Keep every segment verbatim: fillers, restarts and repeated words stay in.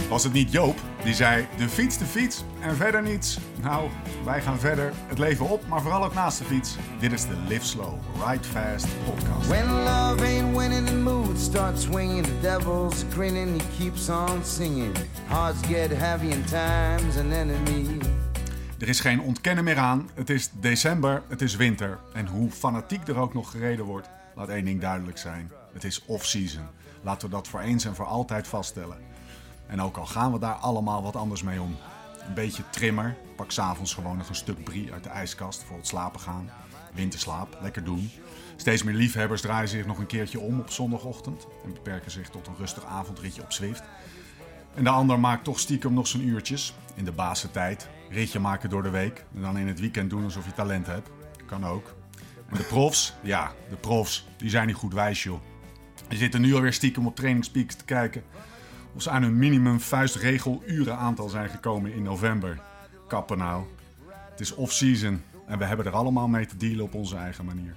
Was het niet Joop die zei, de fiets, de fiets en verder niets? Nou, wij gaan verder, het leven op, maar vooral ook naast de fiets. Dit is de Live Slow, Ride Fast podcast. When love ain't winning, the mood starts swinging. The devil's grinning, he keeps on singing. Hearts get heavy and time's an enemy. Er is geen ontkennen meer aan, het is december, het is winter. En hoe fanatiek er ook nog gereden wordt, laat één ding duidelijk zijn. Het is off-season. Laten we dat voor eens en voor altijd vaststellen. En ook al gaan we daar allemaal wat anders mee om. Een beetje trimmer. Pak 's avonds gewoon nog een stuk brie uit de ijskast voor het slapen gaan. Winterslaap, lekker doen. Steeds meer liefhebbers draaien zich nog een keertje om op zondagochtend. En beperken zich tot een rustig avondritje op Zwift. En de ander maakt toch stiekem nog zijn uurtjes. In de basentijd. Ritje maken door de week. En dan in het weekend doen alsof je talent hebt. Kan ook. En de profs, ja, de profs, die zijn niet goed wijs, joh. Die zitten nu alweer stiekem op trainingspeaks te kijken of ze aan hun minimum vuistregel uren aantal zijn gekomen in november. Kappen nou. Het is off-season en we hebben er allemaal mee te dealen op onze eigen manier.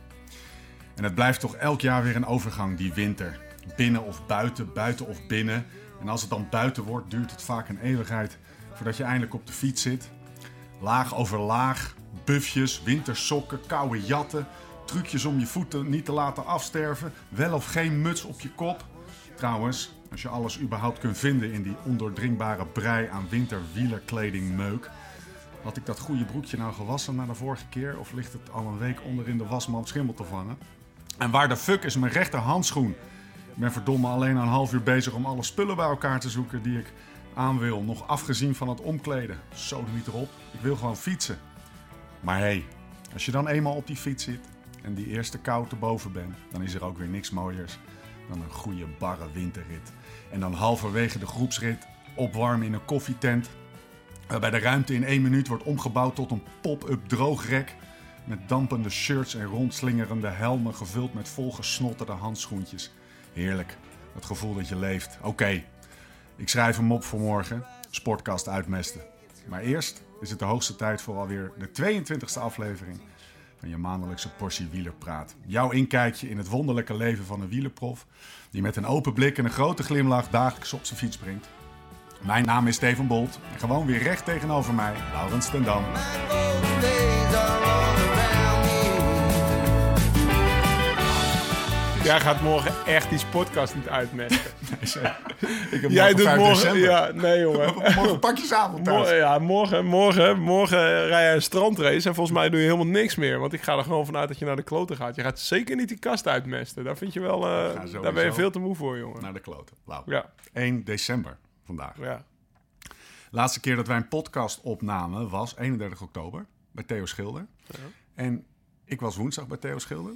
En het blijft toch elk jaar weer een overgang, die winter. Binnen of buiten, buiten of binnen. En als het dan buiten wordt, duurt het vaak een eeuwigheid voordat je eindelijk op de fiets zit. Laag over laag, buffjes, wintersokken, koude jatten, trucjes om je voeten niet te laten afsterven, wel of geen muts op je kop. Trouwens, als je alles überhaupt kunt vinden in die ondoordringbare brei aan winterwielerkleding meuk. Had ik dat goede broekje nou gewassen na de vorige keer? Of ligt het al een week onder in de wasmand schimmel te vangen? En waar de fuck is mijn rechterhandschoen? Ik ben verdomme alleen een half uur bezig om alle spullen bij elkaar te zoeken die ik aan wil. Nog afgezien van het omkleden. Zo niet erop. Ik wil gewoon fietsen. Maar hé, hey, als je dan eenmaal op die fiets zit en die eerste kou te boven bent, dan is er ook weer niks mooiers dan een goede barre winterrit. En dan halverwege de groepsrit opwarmen in een koffietent, waarbij de ruimte in één minuut wordt omgebouwd tot een pop-up droogrek met dampende shirts en rondslingerende helmen gevuld met volgesnotterde handschoentjes. Heerlijk, het gevoel dat je leeft. Oké, okay, ik schrijf hem op voor morgen, sportkast uitmesten. Maar eerst is het de hoogste tijd voor alweer de tweeëntwintigste aflevering van je maandelijkse portie wielerpraat. Jouw inkijkje in het wonderlijke leven van een wielerprof die met een open blik en een grote glimlach dagelijks op zijn fiets springt. Mijn naam is Steven Bolt en gewoon weer recht tegenover mij, Laurens ten Dam. Jij gaat morgen echt die podcast niet uitmesten. Nee, ik heb Jij morgen doet morgen, december. ja, nee jongen. Morgen pakjesavond thuis. Morgen, ja, morgen, morgen, morgen rij je een strandrace en volgens mij doe je helemaal niks meer. Want ik ga er gewoon vanuit dat je naar de kloten gaat. Je gaat zeker niet die kast uitmesten. Daar vind je wel, uh, daar ben je veel te moe voor, jongen. Naar de kloten. Lau. Ja. één december vandaag. Ja. Laatste keer dat wij een podcast opnamen was eenendertig oktober bij Theo Schilder. Ja. En ik was woensdag bij Theo Schilder.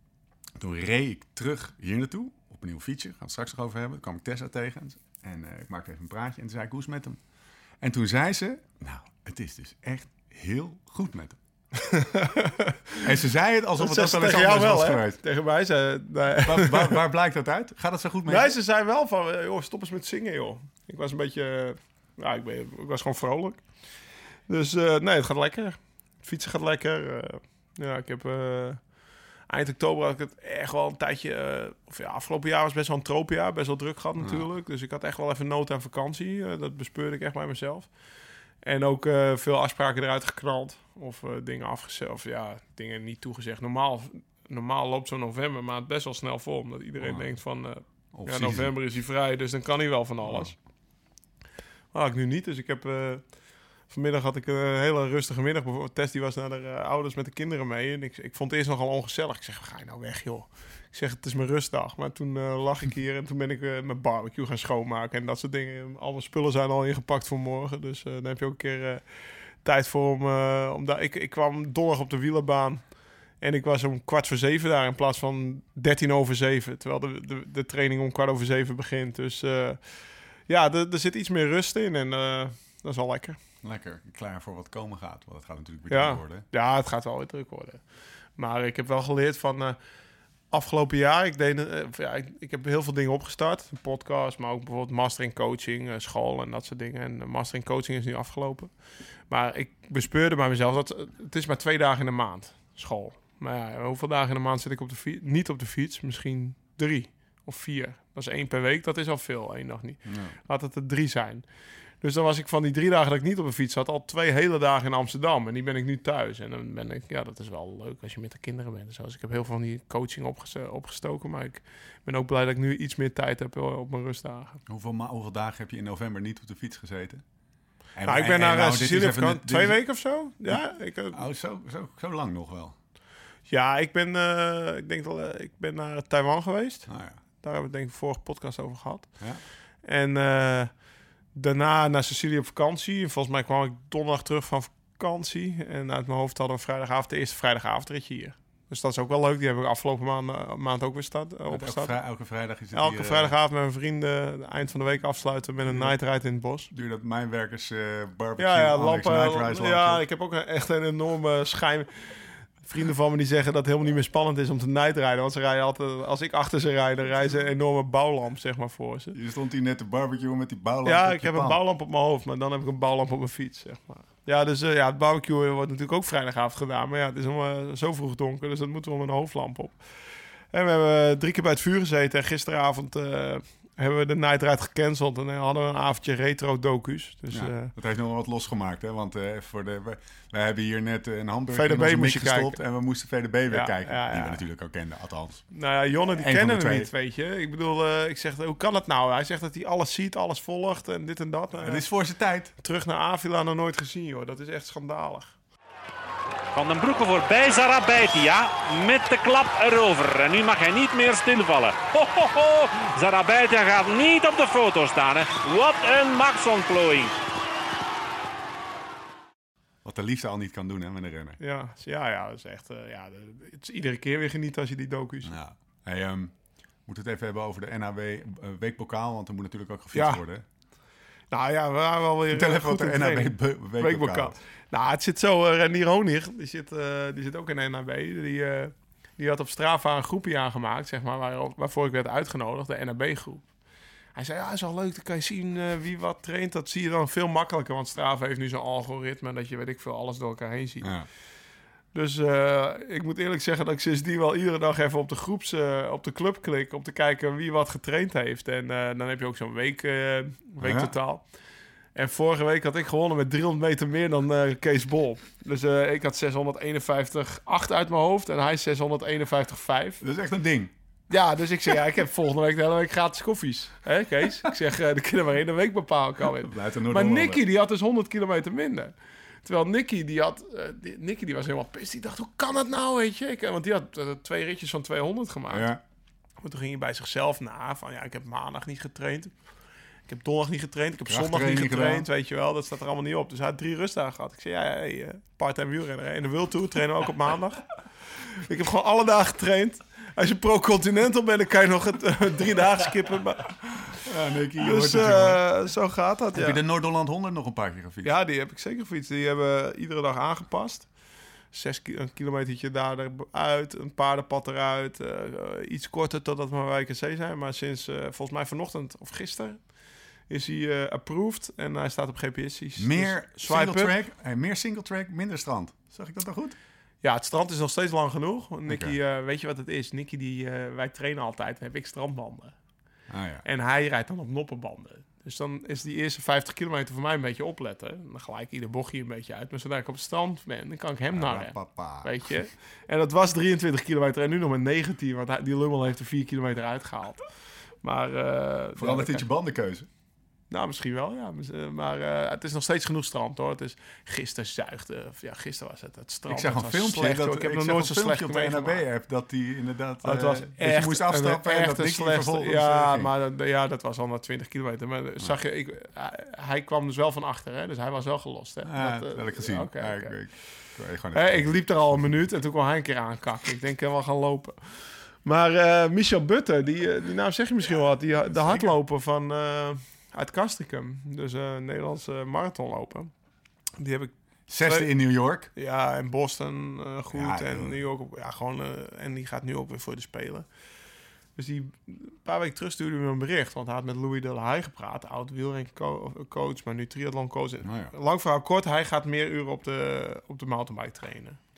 Toen reed ik terug hier naartoe op een nieuw fietsje. Gaan we het straks nog over hebben. Toen kwam ik Tessa tegen. En uh, ik maakte even een praatje. En toen zei ik, hoe is het met hem? En toen zei ze, nou, het is dus echt heel goed met hem. En ze zei het alsof dat het wel eens tegen jou anders wel, was hè? geweest. Tegen mij zei... Nee. Waar, waar, waar blijkt dat uit? Gaat het zo goed met Nee, je? ze zei wel van, joh, stop eens met zingen, joh. Ik was een beetje... Ja, ik, ben, ik was gewoon vrolijk. Dus uh, nee, het gaat lekker. Fietsen gaat lekker. Uh, ja, ik heb... Uh, eind oktober had ik het echt wel een tijdje... Uh, of ja, afgelopen jaar was best wel een tropenjaar. Best wel druk gehad natuurlijk. Ja. Dus ik had echt wel even nood aan vakantie. Uh, dat bespeurde ik echt bij mezelf. En ook uh, veel afspraken eruit geknald. Of uh, dingen afgezegd. Of ja, dingen niet toegezegd. Normaal, normaal loopt zo'n november maand best wel snel vol. Omdat iedereen oh. denkt van... Uh, ja, november is hij vrij, dus dan kan hij wel van alles. Oh. Maar had ik nu niet, dus ik heb... Uh, vanmiddag had ik een hele rustige middag. Bijvoorbeeld Tess die was naar de uh, ouders met de kinderen mee. En ik, ik vond het eerst nogal ongezellig. Ik zeg, ga je nou weg, joh. Ik zeg, het is mijn rustdag. Maar toen uh, lag ik hier en toen ben ik uh, mijn barbecue gaan schoonmaken. En dat soort dingen. Al mijn spullen zijn al ingepakt voor morgen. Dus uh, dan heb je ook een keer uh, tijd voor om... Uh, om daar, ik, ik kwam donderdag op de wielerbaan. En ik was om kwart voor zeven daar in plaats van dertien over zeven. Terwijl de, de, de training om kwart over zeven begint. Dus uh, ja, er, er zit iets meer rust in. En uh, dat is wel lekker. Lekker, klaar voor wat komen gaat. Want het gaat natuurlijk weer ja. druk worden. Ja, het gaat wel weer druk worden. Maar ik heb wel geleerd van... Uh, afgelopen jaar, ik, deed, uh, ja, ik, ik heb heel veel dingen opgestart. Een podcast, maar ook bijvoorbeeld mastering coaching, uh, school en dat soort dingen. En uh, mastering coaching is nu afgelopen. Maar ik bespeurde bij mezelf dat uh, het is maar twee dagen in de maand school. Maar ja, hoeveel dagen in de maand zit ik op de fiets? Niet op de fiets, misschien drie of vier. Dat is één per week, dat is al veel, één dag niet. Ja. Laat het er drie zijn. Dus dan was ik van die drie dagen dat ik niet op een fiets zat... al twee hele dagen in Amsterdam. En die ben ik nu thuis. En dan ben ik... Ja, dat is wel leuk als je met de kinderen bent. Dus ik heb heel veel van die coaching opges- opgestoken. Maar ik ben ook blij dat ik nu iets meer tijd heb op mijn rustdagen. Hoeveel, ma- hoeveel dagen heb je in november niet op de fiets gezeten? En, Nou, ik ben en- naar en uh, nou, dit is Sicilië even vakantie. de- Twee dit is- weken of zo? Ja, ik, uh, Oh, zo, zo, zo lang nog wel. ja ik ben... Uh, ik denk dat uh, ik ben naar Taiwan geweest. Oh, ja. Daar hebben we het denk ik de vorige podcast over gehad. Ja? En uh, daarna naar Sicilië op vakantie. En volgens mij kwam ik donderdag terug van vakantie. En uit mijn hoofd hadden we vrijdagavond de eerste vrijdagavondritje hier. Dus dat is ook wel leuk. Die heb ik afgelopen maand, maand ook weer start, uh, Elke, opgestart. vrij, elke vrijdag is het Elke hier, vrijdagavond met mijn vrienden het eind van de week afsluiten met een Ja. night ride in het bos. Duur dat mijnwerkers uh, barbecue, Ja, ja, Alex lampen. Night Rise Ja, lampje. ik heb ook een, echt een enorme schijn. Vrienden van me die zeggen dat het helemaal niet meer spannend is om te nightrijden. Want ze rijden altijd, als ik achter ze rijd, dan rijden ze een enorme bouwlamp zeg maar voor ze. Je stond hier net te barbecue met die bouwlamp. Ja, op ik je heb pan. een bouwlamp op mijn hoofd, maar dan heb ik een bouwlamp op mijn fiets, zeg maar. Ja, dus uh, ja, het barbecue wordt natuurlijk ook vrijdagavond gedaan. Maar ja, het is om, uh, zo vroeg donker, dus dat moeten we met een hoofdlamp op. En we hebben drie keer bij het vuur gezeten. En gisteravond uh, hebben we de night ride gecanceld. En dan hadden we een avondje retro docu's. Dus, Ja, uh, dat heeft nog wel wat losgemaakt, hè? Want uh, voor de, wij, wij hebben hier net een hamburger V D B in onze moest mik je gestopt kijken. en we moesten V D B weer Ja, kijken. ja, ja. Die we natuurlijk ook kenden, althans. nou ja, Jonne die Eén kennen van de hem niet, twee. weet je. Ik bedoel, uh, ik zeg, hoe kan het nou? Hij zegt dat hij alles ziet, alles volgt en dit en dat. Uh, Het is voor zijn tijd. Terug naar Avila nog nooit gezien, joh. Dat is echt schandalig. Van den Broeke voorbij Zarabaitia met de klap erover. En nu mag hij niet meer stilvallen. Ho, ho, ho. Zarabaitia gaat niet op de foto staan. Hè. Wat een machtsontplooiing. Wat de liefde al niet kan doen, hè, met een renner. Ja, ja, ja, dat is echt... Uh, ja, de- het is iedere keer weer genieten als je die docu's... Ja. Hey, um, we moeten het even hebben over de N H W uh, Weekpokaal, want er moet natuurlijk ook gefietst Ja. worden. Hè? Nou ja, we waren wel weer... Vertel uh, even wat goed de in N H W training. be- Weekpokaal Weekpokaal. is. Nou, het zit zo... Uh, Renier Honig, die zit, uh, die zit ook in de N H B. Die, uh, die had op Strava een groepje aangemaakt, zeg maar, waar, waarvoor ik werd uitgenodigd, de N H B-groep. Hij zei, ja, is wel leuk, dan kan je zien uh, wie wat traint. Dat zie je dan veel makkelijker, want Strava heeft nu zo'n algoritme dat je, weet ik veel, alles door elkaar heen ziet. Ja. Dus uh, ik moet eerlijk zeggen dat ik sindsdien wel iedere dag even op de groeps, uh, op de club klik, om te kijken wie wat getraind heeft. En uh, dan heb je ook zo'n week, uh, week Ja. totaal. En vorige week had ik gewonnen met driehonderd meter meer dan uh, Kees Bol. Dus uh, ik had zeshonderdeenenvijftig komma acht uit mijn hoofd en hij zeshonderdeenenvijftig komma vijf. Dat is echt een ding. Ja, dus ik zeg, ja, ik heb volgende week de hele week gratis koffies. Hè, Kees? Ik zeg, uh, de kinderen maar in de week bepalen kan in. Blijft er Maar Nicky, die had dus honderd kilometer minder. Terwijl Nicky, die had... Uh, die, Nicky, die was helemaal pist. Die dacht, hoe kan dat nou, weet je? Ik, want die had uh, twee ritjes van tweehonderd gemaakt. Ja. Maar toen ging hij bij zichzelf na. Van, ja, ik heb maandag niet getraind. Ik heb donderdag niet getraind. Ik heb zondag niet Krachttraining getraind. gedaan. Weet je wel, dat staat er allemaal niet op. Dus hij had drie rustdagen gehad. Ik zei, ja, hey, uh, part-time wielrenner. hè. In de World Tour trainen we ook op maandag. Ik heb gewoon alle dagen getraind. Als je pro-continental bent, dan kan je nog het, uh, drie dagen skippen. Maar, Ja, Nicky, je dus hoort het, jongen. uh, zo gaat dat, Heb ja. je de Noord-Holland honderd nog een paar keer gefietst? Ja, die heb ik zeker gefietst. Die hebben iedere dag aangepast. Zes ki- een kilometertje daar eruit, een paardenpad eruit. Uh, uh, iets korter totdat we bij W K C zijn. Maar sinds, uh, volgens mij vanochtend of gisteren, is hij uh, approved. En hij staat op G P S. Meer Dus single swipe up. track, hey, meer single track, minder strand. Zag ik dat dan goed? Ja, het strand is nog steeds lang genoeg. Want Nicky, Oké. uh, weet je wat het is? Nicky, die, uh, wij trainen altijd. Dan heb ik strandbanden. Ah ja. En hij rijdt dan op noppenbanden. Dus dan is die eerste vijftig kilometer voor mij een beetje opletten. Dan gelijk ieder bochtje een beetje uit. Maar zodra ik op het strand ben, dan kan ik hem narren. Papa. Weet je? En dat was drieëntwintig kilometer en nu nog met negentien. Want hij- die lummel heeft er vier kilometer uitgehaald. Maar... uh, Verandert dit je bandenkeuze? Nou, misschien wel, ja. Mis- uh, Maar uh, het is nog steeds genoeg strand, hoor. Het is, gisteren zuigde... Of ja, gisteren was het het strand. Ik zag Het een was filmpje, slecht, dat, hoor. Ik heb ik nog zag nooit een zo filmpje slecht op de N H meegemaakt. B-app dat die inderdaad Oh, het eh, was dat echt, je moest afstappen een- en echt dat een Nicky slechte- vervolgens Ja, eh, ging. maar dat, ja, dat was al na twintig kilometer. Maar zag je, ik, hij, hij kwam dus wel van achter, hè? Dus hij was wel gelost, hè? Ah, dat, dat eh, heb ik gezien. oké, Ja, oké. ik, ik, ik, gewoon Hè, even- ik liep er al een minuut en toen kwam hij een keer aankakken. Ik denk, we gaan lopen. Maar eh, Michel Butter, die, eh, die naam zeg je misschien wel wat. Die, de hardloper van, uh, uit Castricum. Dus uh, een Nederlandse marathonloper. Die heb ik, Zesde in New York. ja, in Boston uh, goed. Ja, en joh. New York, op- ja, gewoon. Uh, en die gaat nu ook weer voor de Spelen. Dus die, een paar weken terug stuurde hij me een bericht. Want hij had met Louis de La Haye gepraat. Oud wielrencoach, maar nu triathloncoach. Nou ja. Lang verhaal kort, hij gaat meer uren op de, op de mountainbike trainen.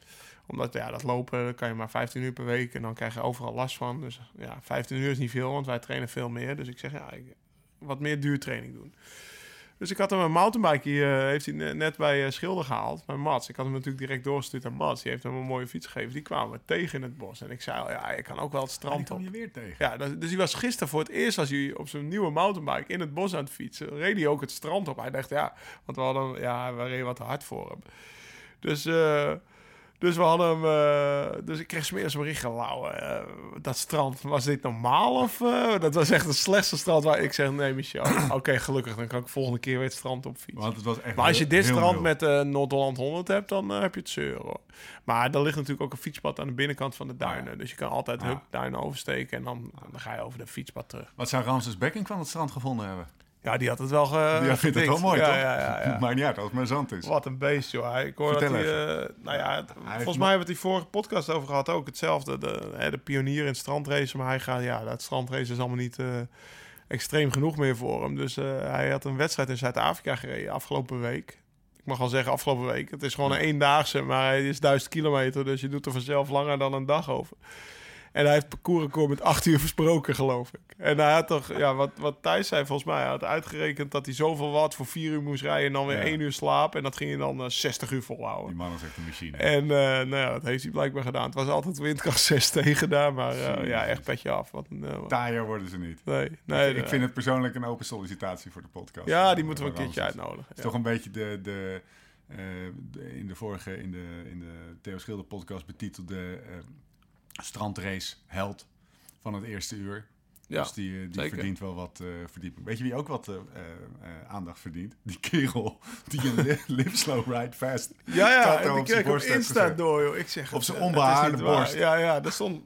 Omdat, ja, dat lopen kan je maar vijftien uur per week. En dan krijg je overal last van. Dus ja, vijftien uur is niet veel, want wij trainen veel meer. Dus ik zeg, ja, ik, wat meer duurtraining doen. Dus ik had hem een mountainbike, die uh, heeft hij net bij uh, Schilder gehaald, bij Mats. Ik had hem natuurlijk direct doorgestuurd aan Mats. Die heeft hem een mooie fiets gegeven. Die kwamen we tegen in het bos. En ik zei, al, ja, je kan ook wel het strand op. Die kwam je weer tegen. Ja, dus, dus hij was gisteren voor het eerst als hij op zijn nieuwe mountainbike in het bos aan het fietsen. Reed hij ook het strand op. Hij dacht, ja, want we hadden, ja, we reden wat te hard voor hem. Dus... Uh, Dus we hadden hem... Uh, dus ik kreeg 's middags een bericht. Lau, uh, dat strand, was dit normaal? Of uh, dat was echt het slechtste strand waar ik zeg... Nee, Michel. Oké, okay, gelukkig. Dan kan ik volgende keer weer het strand op fietsen. Want het was echt maar als je dit heel strand heel. met uh, Noord-Holland honderd hebt... dan uh, heb je het zeuren, hoor. Maar er ligt natuurlijk ook een fietspad aan de binnenkant van de duinen. Ja. Dus je kan altijd ja. hup, duinen oversteken... en dan, dan ga je over de fietspad terug. Wat zou Ramses Bekking van het strand gevonden hebben? Ja, die had het wel ge... Die vindt het wel mooi, ja, toch? Ja, ja, ja. Maakt niet uit als het maar zand is. Wat een beest, joh. Ik hoor Vertel dat hij... Uh, nou ja, het, hij volgens mij hebben we het die vorige podcast over gehad ook. Hetzelfde. De, hè, de pionier in het strandrace. Maar hij gaat... Ja, dat strandrace is allemaal niet uh, extreem genoeg meer voor hem. Dus uh, hij had een wedstrijd in Zuid-Afrika gereden afgelopen week. Ik mag wel zeggen afgelopen week. Het is gewoon een eendaagse, maar hij is duizend kilometer. Dus je doet er vanzelf langer dan een dag over. En hij heeft het parcoursrecord met acht uur versproken, geloof ik. En hij had toch, ja, wat, wat Thijs zei volgens mij, hij had uitgerekend dat hij zoveel watt voor vier uur moest rijden en dan weer ja. één uur slapen. En dat ging hij dan uh, zestig uur volhouden. Die man is echt een machine. En uh, nou ja, dat heeft hij blijkbaar gedaan. Het was altijd windkracht zes tegen daar, maar uh, ja, echt petje af. Wat een, uh, wat... Taaier worden ze niet. Nee, nee, ik, nee. ik vind het persoonlijk een open sollicitatie voor de podcast. Ja, die moeten we een keertje uitnodigen. Het is ja. toch een beetje de... de uh, de, in de vorige, in de, in de Theo Schilder podcast betitelde uh, strandrace held van het eerste uur. Ja, dus die, die verdient wel wat uh, verdieping. Weet je wie ook wat uh, uh, aandacht verdient? Die kerel die een live slow ride fast. Ja, ja, en die kreeg op Insta door, joh. Ik zeg, op zijn onbehaarde borst. Ja, ja, dat stond...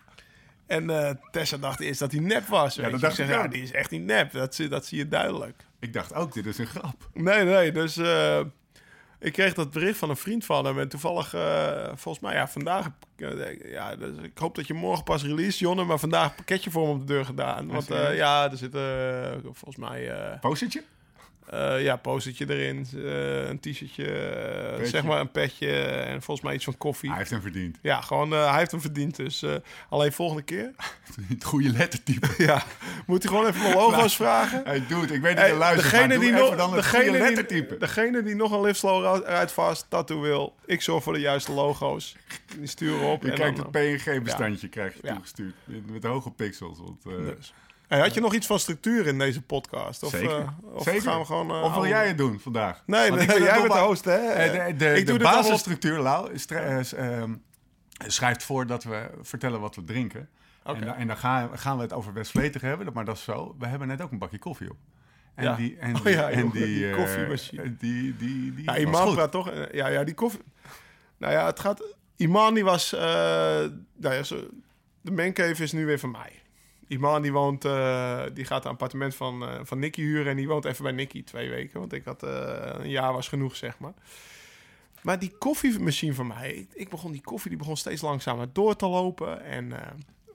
En uh, Tessa dacht eerst dat hij nep was. Ja, weet dat je. dacht ik zeg, ik ja, die is echt niet nep. Dat, dat zie je duidelijk. Ik dacht ook, dit is een grap. Nee, nee, dus... Uh, ik kreeg dat bericht van een vriend van hem. En toevallig, uh, volgens mij, ja, vandaag... Uh, ja, dus ik hoop dat je morgen pas release, Jonne. Maar vandaag een pakketje voor hem op de deur gedaan. Want uh, ja, er zit uh, volgens mij... Uh, Postertje? Uh, ja, postertje erin. Uh, een t-shirtje. Uh, zeg maar een petje. En volgens mij iets van koffie. Hij heeft hem verdiend. Ja, gewoon, uh, hij heeft hem verdiend. Dus uh, alleen volgende keer. Het goede lettertype. Ja, moet hij gewoon even mijn logo's nou, vragen. Hey, dude, ik weet dat je hey, luistert, degene die nog, dan degene, lettertype. Die, degene die nog een Live Slow Ride Fast tattoo wil, ik zorg voor de juiste logo's. Die sturen op. Je en krijgt dan, een P N G-bestandje ja. krijg je ja. toegestuurd. Met, met hoge pixels. Want, uh, dus. Hey, had je nog iets van structuur in deze podcast? Of, Zeker. Uh, of Zeker. Gaan we gewoon, uh, of wil jij het doen vandaag? Nee, nee jij bent de host, hè? De, de, de, ik de doe basisstructuur, Lau, stra- uh, uh, schrijft voor dat we vertellen wat we drinken. Okay. En, da- en dan gaan, gaan we het over West-Vleteren hebben, maar dat is zo. We hebben net ook een bakje koffie op. En ja. die, en oh, die, ja, en joh, die, die uh, koffiemachine. Die, die, die ja, Iman praat toch... Ja, ja, die koffie... Nou ja, het gaat... Iman die was... Uh, nou ja, zo, de mancave is nu weer van mij. Iman die woont... Uh, die gaat een appartement van, uh, van Nicky huren... en die woont even bij Nicky twee weken. Want ik had... Uh, een jaar was genoeg, zeg maar. Maar die koffiemachine van mij... Ik, ik begon die koffie... die begon steeds langzamer door te lopen. En... Uh,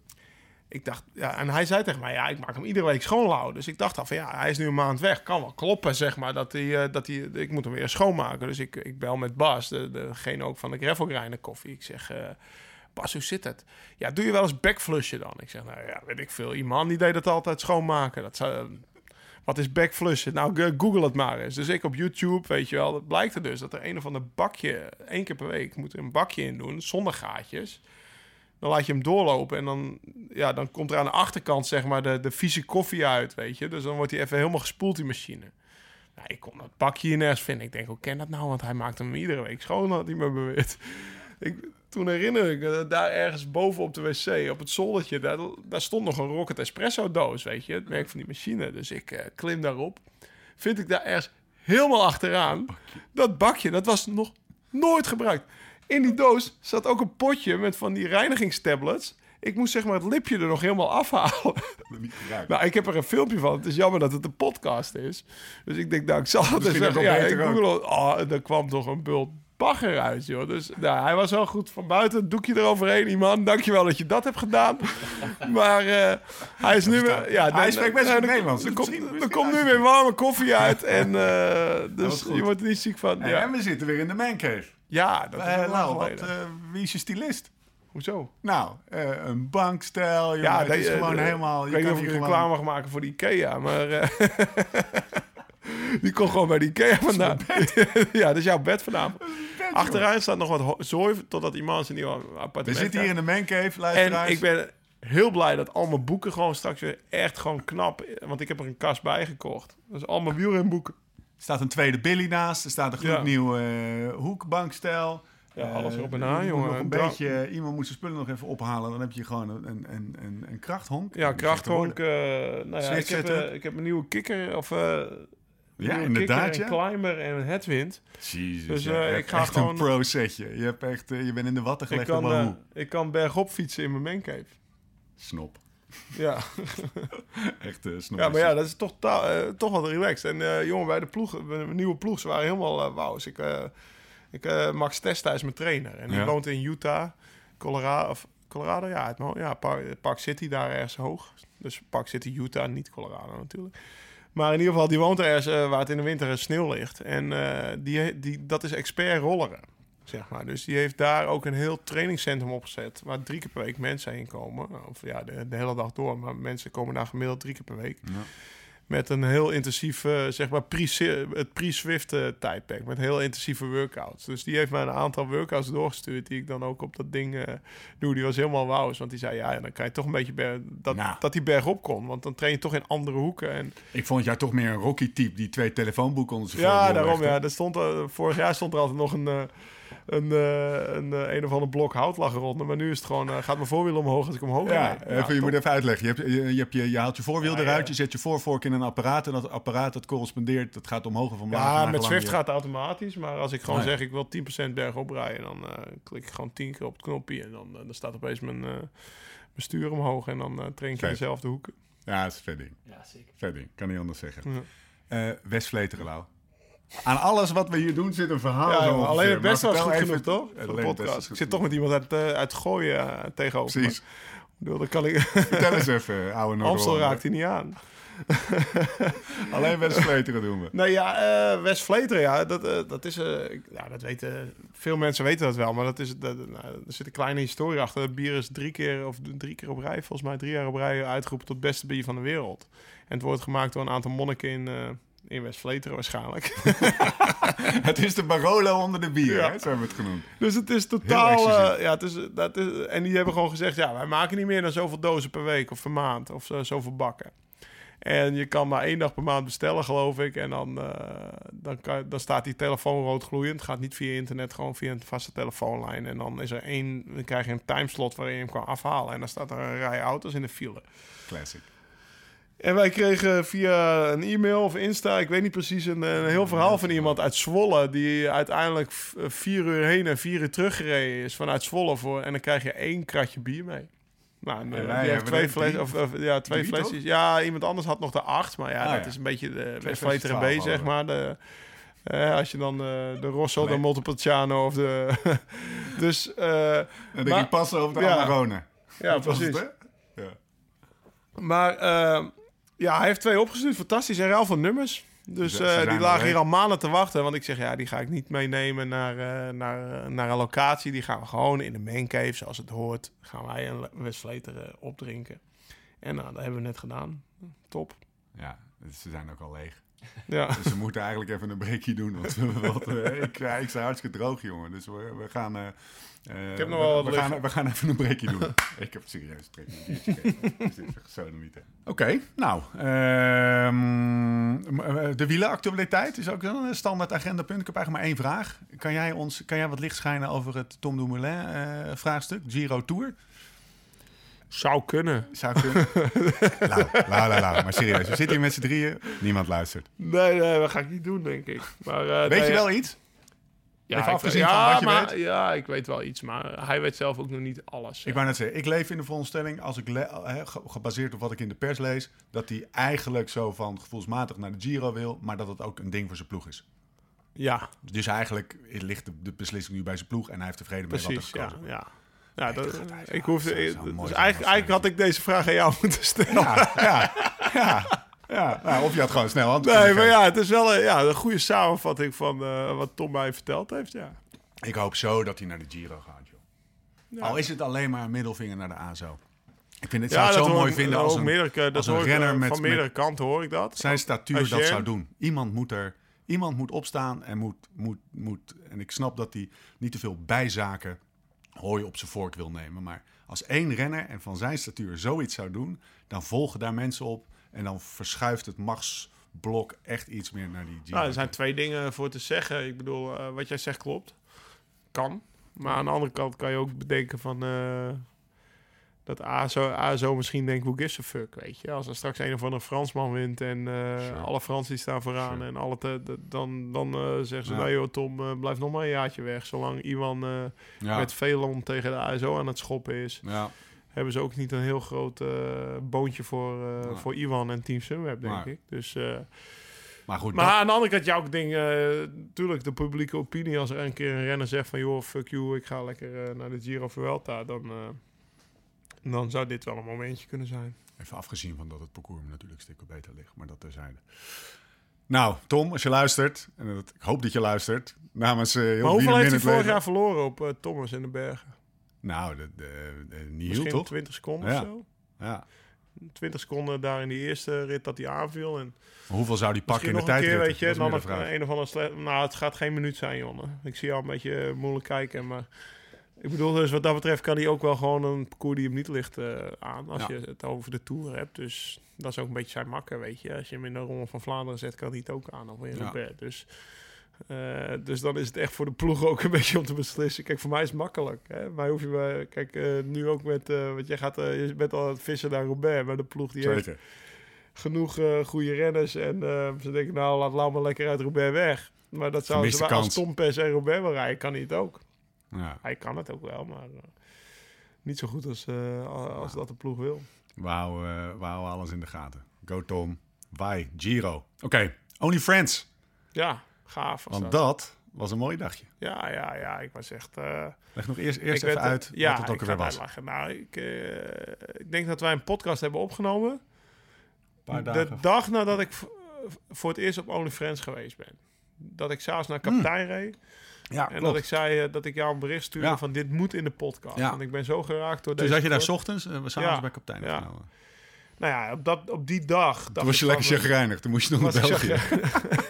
ik dacht, ja, en hij zei tegen mij, ja, ik maak hem iedere week schoon, Lau. Dus ik dacht al van, ja, hij is nu een maand weg. Kan wel kloppen, zeg maar, dat hij, uh, dat hij, ik moet hem weer schoonmaken. Dus ik, ik bel met Bas, de, degene ook van de Gravelgrinder koffie. Ik zeg, uh, Bas, hoe zit het? Ja, doe je wel eens backflushen dan? Ik zeg, nou ja, weet ik veel. Iemand die deed het altijd schoonmaken. Dat zou, uh, wat is backflushen? Nou, google het maar eens. Dus ik op YouTube, weet je wel, dat blijkt er dus dat er een of ander bakje, één keer per week, moet er een bakje in doen, zonder gaatjes. Dan laat je hem doorlopen en dan, ja, dan komt er aan de achterkant, zeg maar, de, de vieze koffie uit, weet je. Dus dan wordt hij even helemaal gespoeld, die machine. Nou, ik kon dat bakje hier nergens vinden. Ik denk, hoe ken dat nou? Want hij maakt hem iedere week schoon, had hij me beweerd. Ik, toen herinner ik me, daar ergens boven op de wc, op het zoldertje, daar, daar stond nog een Rocket Espresso doos, weet je. Het merk van die machine. Dus ik uh, klim daarop. Vind ik daar ergens helemaal achteraan. Dat bakje, dat was nog nooit gebruikt. In die doos zat ook een potje met van die reinigingstablets. Ik moest zeg maar het lipje er nog helemaal afhalen. Nou, ik heb er een filmpje van. Het is jammer dat het een podcast is. Dus ik denk, nou, ik zal het eens zeggen. Ja, ik google, oh, er kwam toch een bult bagger uit, joh. Dus nou, hij was wel goed van buiten. Het doekje eroverheen. Iemand, dankjewel dat je dat hebt gedaan. Maar uh, hij is nu weer... Ja, hij spreekt best goed Nederlands. Er komt, er komt nu weer warme koffie uit. En uh, dus je wordt er niet ziek van. En, ja. en we zitten weer in de mancave. Ja, dat is Uh, wel nou, lang wat, geleden. uh, wie is je stylist? Hoezo? Nou, uh, een bankstijl. Jongen, Ja, het nee, is gewoon uh, helemaal... Ik Je weet niet kan of ik hier reclame gewoon... mag maken voor de Ikea, maar... Uh, die komt gewoon bij de Ikea vandaan. Ja, dat is jouw bed vanavond. Bed, Achteruit staat nog wat ho- zooi totdat iemand zijn nieuwe appartement We zitten hier in de mancave, En luisteraars. ik ben heel blij dat al mijn boeken gewoon straks weer echt gewoon knap... Want ik heb er een kast bij gekocht. Dus al mijn wielrenboeken. Er staat een tweede Billy naast. Er staat een Ja. gloednieuwe uh, hoekbankstijl. Ja, alles Uh, erop en je aan, moet jongen. Nog een Dra- beetje, iemand moet zijn spullen nog even ophalen. Dan heb je gewoon een, een, een, een krachthonk. Ja, krachthonk. Uh, nou ja, Switch ik, heb, zetten. uh, ik heb een nieuwe kikker. Of, uh, Ja, nieuwe inderdaad, kikker, ja. een climber en een headwind. Jezus, Dus, ja, uh, je ik hebt ga echt gewoon- een pro-setje. Je, hebt echt, uh, je bent in de watten Ik gelegd kan, op een uh, hoe. ik kan bergop fietsen in mijn mancave. Snop. Ja. Echt uh, snop. Ja, maar ja, dat is toch, ta- uh, toch wat relaxed. En uh, jongen, bij de ploeg, mijn nieuwe ploeg, ze waren helemaal uh, wauw. Dus ik, uh, ik uh, Max Testa is mijn trainer. En die Ja. woont in Utah, Colorado, of Colorado, ja, het, ja Park, Park City, daar ergens hoog. Dus Park City, Utah, niet Colorado natuurlijk. Maar in ieder geval, die woont er ergens uh, waar het in de winter sneeuw ligt. En uh, die, die, dat is expert rolleren, zeg maar. Dus die heeft daar ook een heel trainingscentrum opgezet, waar drie keer per week mensen heen komen. Of ja, de, de hele dag door, maar mensen komen daar gemiddeld drie keer per week. Ja. Met een heel intensief, uh, zeg maar, pre- het pre-Swift uh, tijdperk. Met heel intensieve workouts. Dus die heeft mij een aantal workouts doorgestuurd, die ik dan ook op dat ding uh, doe. Die was helemaal wauw. Want die zei, ja, dan kan je toch een beetje ber- dat, Nou. dat die berg op kon. Want dan train je toch in andere hoeken. En Ik vond jou toch meer een Rocky-type die twee telefoonboeken onder zijn ja, voorwiel daarom, legde. ja. Er stond, uh, vorig jaar stond er altijd nog een... Uh, Een, uh, een, uh, een of ander blok hout lag eronder. Maar nu is het gewoon, uh, gaat mijn voorwiel omhoog als ik omhoog Ja, rijd. even, je top. moet even uitleggen. Je, hebt, je, je, hebt je, je haalt je voorwiel Ja, eruit, ja. je zet je voorvork in een apparaat en dat apparaat dat correspondeert, dat gaat omhoog of omlaag. Ja, nagelang met Swift je- gaat het automatisch. Maar als ik gewoon Oh, ja. zeg, ik wil tien procent bergop rijden... dan uh, klik ik gewoon tien keer op het knopje... en dan, uh, dan staat opeens mijn, uh, mijn stuur omhoog... en dan uh, train ik in Vet. dezelfde hoeken. Ja, dat is vet ding. Ja, zeker. Vet ding, kan niet anders zeggen. Ja. Uh, West Vleteren, Lau. Aan alles wat we hier doen zit een verhaal. Ja, zo joh, alleen ongeveer. het beste Maar was goed vertel genoeg, even- toch? Voor de Alleen het beste podcast. is Ik goed zit toch met iemand uit, uh, uit Gooien uh, tegenover Precies. me. Ik bedoel, dan kan ik... Vertel eens even, oude Amstel Noord-Hollander. raakt hij niet aan. Alleen West Vleteren doen we. Nee, ja, uh, West Vleteren, ja, dat, uh, dat is... Uh, ja, dat weten... Veel mensen weten dat wel, maar dat is, dat, nou, er zit een kleine historie achter. Het bier is drie keer, of drie keer op rij, volgens mij drie jaar op rij, uitgeroepen tot het beste bier van de wereld. En het wordt gemaakt door een aantal monniken in... Uh, in West Vleteren waarschijnlijk. Het is de Barolo onder de bieren, Ja. hè? Zo hebben we het genoemd. Dus het is totaal... exclusief. Uh, ja, het is, dat is, en die hebben gewoon gezegd... ja, wij maken niet meer dan zoveel dozen per week of per maand. Of zo, zoveel bakken. En je kan maar één dag per maand bestellen, geloof ik. En dan, uh, dan, kan, dan staat die telefoon rood gloeiend. Het gaat niet via internet, gewoon via een vaste telefoonlijn. En dan, is er één, dan krijg je een timeslot waarin je hem kan afhalen. En dan staat er een rij auto's in de file. Classic. En wij kregen via een e-mail of Insta, ik weet niet precies, een, een heel verhaal van iemand uit Zwolle... die uiteindelijk v- vier uur heen en vier uur teruggereden is vanuit Zwolle. Voor, en dan krijg je één kratje bier mee. Nou, en, uh, En wij die heeft hebben twee, er fles, drie. of, of, ja, twee Drie, flesjes. toch? Ja, iemand anders had nog de acht, maar ja, Ah, dat ja. is een beetje de flesjes West Vleteren twaalf B, zeg hadden maar. De, uh, als je dan uh, de Rosso, Nee. de Montepulciano of de... dus, uh, En de Maar- Ripasso over de ja. Amarone. ja, Dat was het, precies. hè? Ja. Maar uh, ja, hij heeft twee opgestuurd. Fantastisch. En ruil van nummers. Dus Ze- ze uh, zijn die er lagen weg. hier al maanden te wachten. Want ik zeg, ja, die ga ik niet meenemen naar, uh, naar, uh, naar een locatie. Die gaan we gewoon in de mancave, zoals het hoort. Gaan wij een West Vleteren opdrinken. En nou, dat hebben we net gedaan. Top. Ja, ze zijn ook al leeg. Ja. Dus we moeten eigenlijk even een breakje doen. Want we, wat, uh, ik, ja, ik sta hartstikke droog, jongen. Dus we, we gaan... Uh, uh, Ik heb nog wel wat we, we, gaan, liggen. we gaan even een breakje doen. Ik heb serieus trek in een biertje gegeven. Dus dit is zo niet. Oké, okay, nou. Uh, de wielenactualiteit is ook een standaard agendapunt. Ik heb eigenlijk maar één vraag. Kan jij, ons, kan jij wat licht schijnen over het Tom Dumoulin uh, vraagstuk? Giro Tour? Zou kunnen. Zou kunnen. Lau, lau, lau, lau. Maar serieus, we zitten hier met z'n drieën. Niemand luistert. Nee, nee, dat ga ik niet doen, denk ik. Maar, uh, Weet nee, je wel iets? Ja, Even ik, afgezien ja, van wat je maar, weet. Ja, ik weet wel iets. Maar hij weet zelf ook nog niet alles. Ik wou net zeggen, ik leef in de veronderstelling, als ik le- he, ge- gebaseerd op wat ik in de pers lees, dat hij eigenlijk zo van gevoelsmatig naar de Giro wil, maar dat het ook een ding voor zijn ploeg is. Ja, Dus eigenlijk ligt de, de beslissing nu bij zijn ploeg en hij heeft tevreden mee wat precies. er Ja, gekozen ja. Ja, dat, God, hij is ik wel- hoefde, zou- dus zou mooi eigenlijk, zijn als eigenlijk had ik deze vraag aan jou moeten stellen. Ja, ja, ja. ja. Nou, of je had gewoon snel antwoord Nee, kunnen maar geven. ja, het is wel een, ja, een goede samenvatting van uh, wat Tom mij verteld heeft, ja. Ik hoop zo dat hij naar de Giro gaat, joh. Ja. Al is het alleen maar een middelvinger naar de A S O. Ik vind het Ja, zou het dat zo hoor mooi ik- vinden dat als hoor een, ik meerdere, dat als een hoor ik, renner eh, met, van meerdere met kanten hoor ik dat. zijn statuur Als dat je- zou doen. Iemand moet er, iemand moet opstaan en moet, moet, moet... En ik snap dat hij niet te veel bijzaken hooi op zijn vork wil nemen. Maar als één renner en van zijn statuur zoiets zou doen, dan volgen daar mensen op en dan verschuift het machtsblok echt iets meer naar die Giro. Nou, er zijn twee dingen voor te zeggen. Ik bedoel, uh, wat jij zegt klopt. Kan. Maar aan de andere kant kan je ook bedenken van... Uh, dat A S O, A S O misschien denkt, hoe gives a fuck, weet je. Als er straks een of andere Fransman wint en uh, Sure. alle Fransen die staan vooraan... Sure. en alle te, de, dan, dan uh, zeggen ze, Ja. nee joh Tom, uh, blijf nog maar een jaartje weg. Zolang Iwan uh, ja. met Velon tegen de A S O aan het schoppen is... Ja. hebben ze ook niet een heel groot uh, boontje voor, uh, Nee. voor Iwan en Team Sunweb, denk Nee. ik. Dus... Uh, Maar goed, Maar dat- aan de andere kant, jouw ding, natuurlijk, de publieke opinie. Als er een keer een renner zegt van, joh, fuck you, ik ga lekker uh, naar de Giro Vuelta, dan, uh, dan zou dit wel een momentje kunnen zijn. even afgezien van dat het parcours me natuurlijk stukken beter ligt, maar dat terzijde. Nou, Tom, als je luistert, en dat, ik hoop dat je luistert, namens uh, heel Maar hoeveel Vier heeft hij Minute vorig Leven- jaar verloren op uh, Thomas in de Bergen? Nou, de, de, de, niet heel, Misschien toch? twintig seconden Ja. of zo? Ja. twintig seconden daar in die eerste rit dat hij aanviel. En Maar hoeveel zou die pakken misschien in de nog een tijdrit? keer, weet je, Dat dan is meer de een, vraag. een of andere slecht... Nou, het gaat geen minuut zijn, jongen. Ik zie jou een beetje uh, moeilijk kijken, maar... Ik bedoel, dus wat dat betreft kan hij ook wel gewoon een parcours die hem niet ligt uh, aan. Als Ja. je het over de Tour hebt. Dus dat is ook een beetje zijn makker, weet je. Als je hem in de Ronde van Vlaanderen zet, kan hij het ook aan. Of in Ja. Roubaix. Dus, uh, dus dan is het echt voor de ploeg ook een beetje om te beslissen. Kijk, voor mij is het makkelijk. Hè? Maar hoef je maar, kijk, uh, nu ook met... Uh, want jij gaat, uh, je bent al aan het vissen naar Roubaix. Maar de ploeg die heeft Zeker. genoeg uh, goede renners. En uh, ze denken, nou, laat Lau maar lekker uit Roubaix weg. Maar dat zou Gemiste ze als kans. Tom Pes en Roubaix wil rijden, kan hij het ook. Ja. Hij kan het ook wel, maar uh, niet zo goed als, uh, als dat de ploeg wil. We houden, uh, we houden alles in de gaten. Go Tom. Bye. Giro. Oké, okay. Only Friends. Ja, gaaf. Was Want dat. dat was een mooi dagje. Ja, ja, ja. Ik was echt... Uh, Leg nog eerst, eerst ik even werd, uit ja, wat het ook ik alweer ga was. het uitleggen. Nou, ik, uh, ik denk dat wij een podcast hebben opgenomen. Een paar De dagen. dag nadat ik v- voor het eerst op Only Friends geweest ben. Dat ik s'avonds naar Kaptein mm. reed. Ja, En klopt. dat ik zei uh, dat ik jou een bericht stuurde Ja. van dit moet in de podcast. Ja. Want ik ben zo geraakt door Toen deze... zat je daar 's kort- ochtends, uh, we samen Ja. bij kapitein. Ja. Nou, Nou ja, op, dat, op die dag... toen dacht was je ik lekker van, chagrijnig. Toen moest je nog naar was ik België.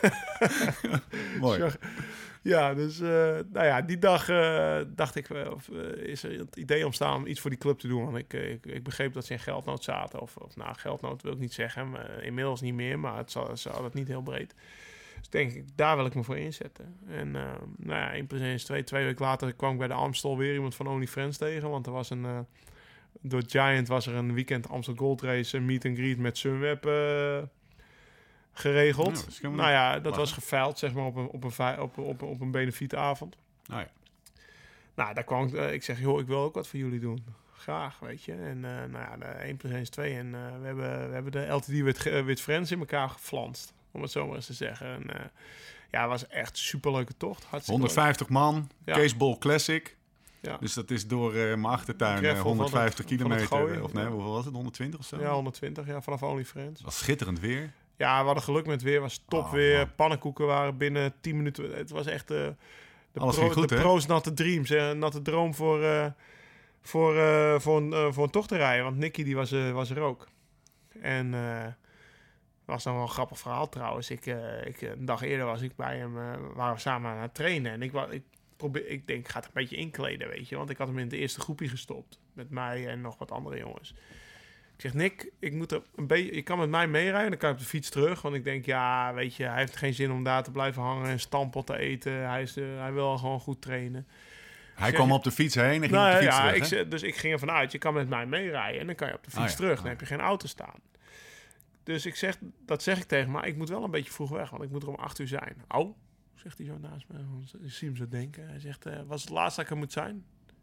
Mooi. Chag- Ja, dus uh, nou ja, die dag uh, dacht ik, uh, of, uh, is er het idee ontstaan om iets voor die club te doen. Want ik, uh, ik, ik begreep dat ze in geldnood zaten. Of, of nou, geldnood wil ik niet zeggen. Maar, uh, inmiddels niet meer, maar het zal, ze hadden het niet heel breed. Dus denk ik, daar wil ik me voor inzetten. En uh, nou ja, één plus één is twee. Twee weken later kwam ik bij de Amstel weer iemand van Only Friends tegen. Want er was een... Uh, door Giant was er een weekend Amstel Gold Race, een meet and greet met Sunweb uh, geregeld. Nou, dat is helemaal nou ja, dat lachen. was geveild, zeg maar, op een, op een, vij- op, op, op een benefietavond. Nou ja. Nou, daar kwam ik, uh, ik zeg, joh, ik wil ook wat voor jullie doen. Graag, weet je. En uh, nou ja, de één plus één is twee. En uh, we, hebben, we hebben de L T D with, uh, with Friends in elkaar geflanst. Om het zo maar eens te zeggen. En, uh, ja, het was echt een superleuke tocht. Hartstikke honderdvijftig man, Ja. Case Bowl Classic. Ja. Dus dat is door uh, mijn achtertuin Greffel uh, van honderdvijftig het- van het kilometer. gooien. Of nee, hoeveel was het? honderdtwintig of zo? leuk. Ja, honderdtwintig, ja, vanaf Only Friends. Het was schitterend weer. Ja, we hadden geluk met weer. was top Oh, weer. man. Pannenkoeken waren binnen tien minuten. Het was echt uh, de, Alles pro, ging goed, de hè? pro's natte dreams. Hè? Natte droom voor, uh, voor, uh, voor, een, uh, voor een tocht te rijden. Want Nicky die was, uh, was er ook. En uh, was dan wel een grappig verhaal trouwens. Ik, uh, ik, een dag eerder was ik bij hem. Uh, waren we samen aan het trainen. En ik, wa- ik, probeer, ik denk, ik ga het een beetje inkleden, weet je. Want ik had hem in het eerste groepje gestopt. Met mij en nog wat andere jongens. Ik zeg, Nick, ik moet er een beetje, je kan met mij meerijden, dan kan ik op de fiets terug. Want ik denk, ja, weet je, hij heeft geen zin om daar te blijven hangen en stampot te eten. Hij, is, uh, hij wil gewoon goed trainen. Hij Zeg kwam je- op de fiets heen en ging Nou op de fiets ja, terug, ik, hè? ze- dus ik ging ervan uit, je kan met mij meerijden en dan kan je op de fiets Ah, ja. terug. Ah, Dan ja. heb je geen auto staan. Dus ik zeg, dat zeg ik tegen, maar ik moet wel een beetje vroeg weg, want ik moet er om acht uur zijn. Oh, zegt hij zo naast me. Want ik zie hem zo denken. Hij zegt, uh, was het laatst dat ik er moet zijn?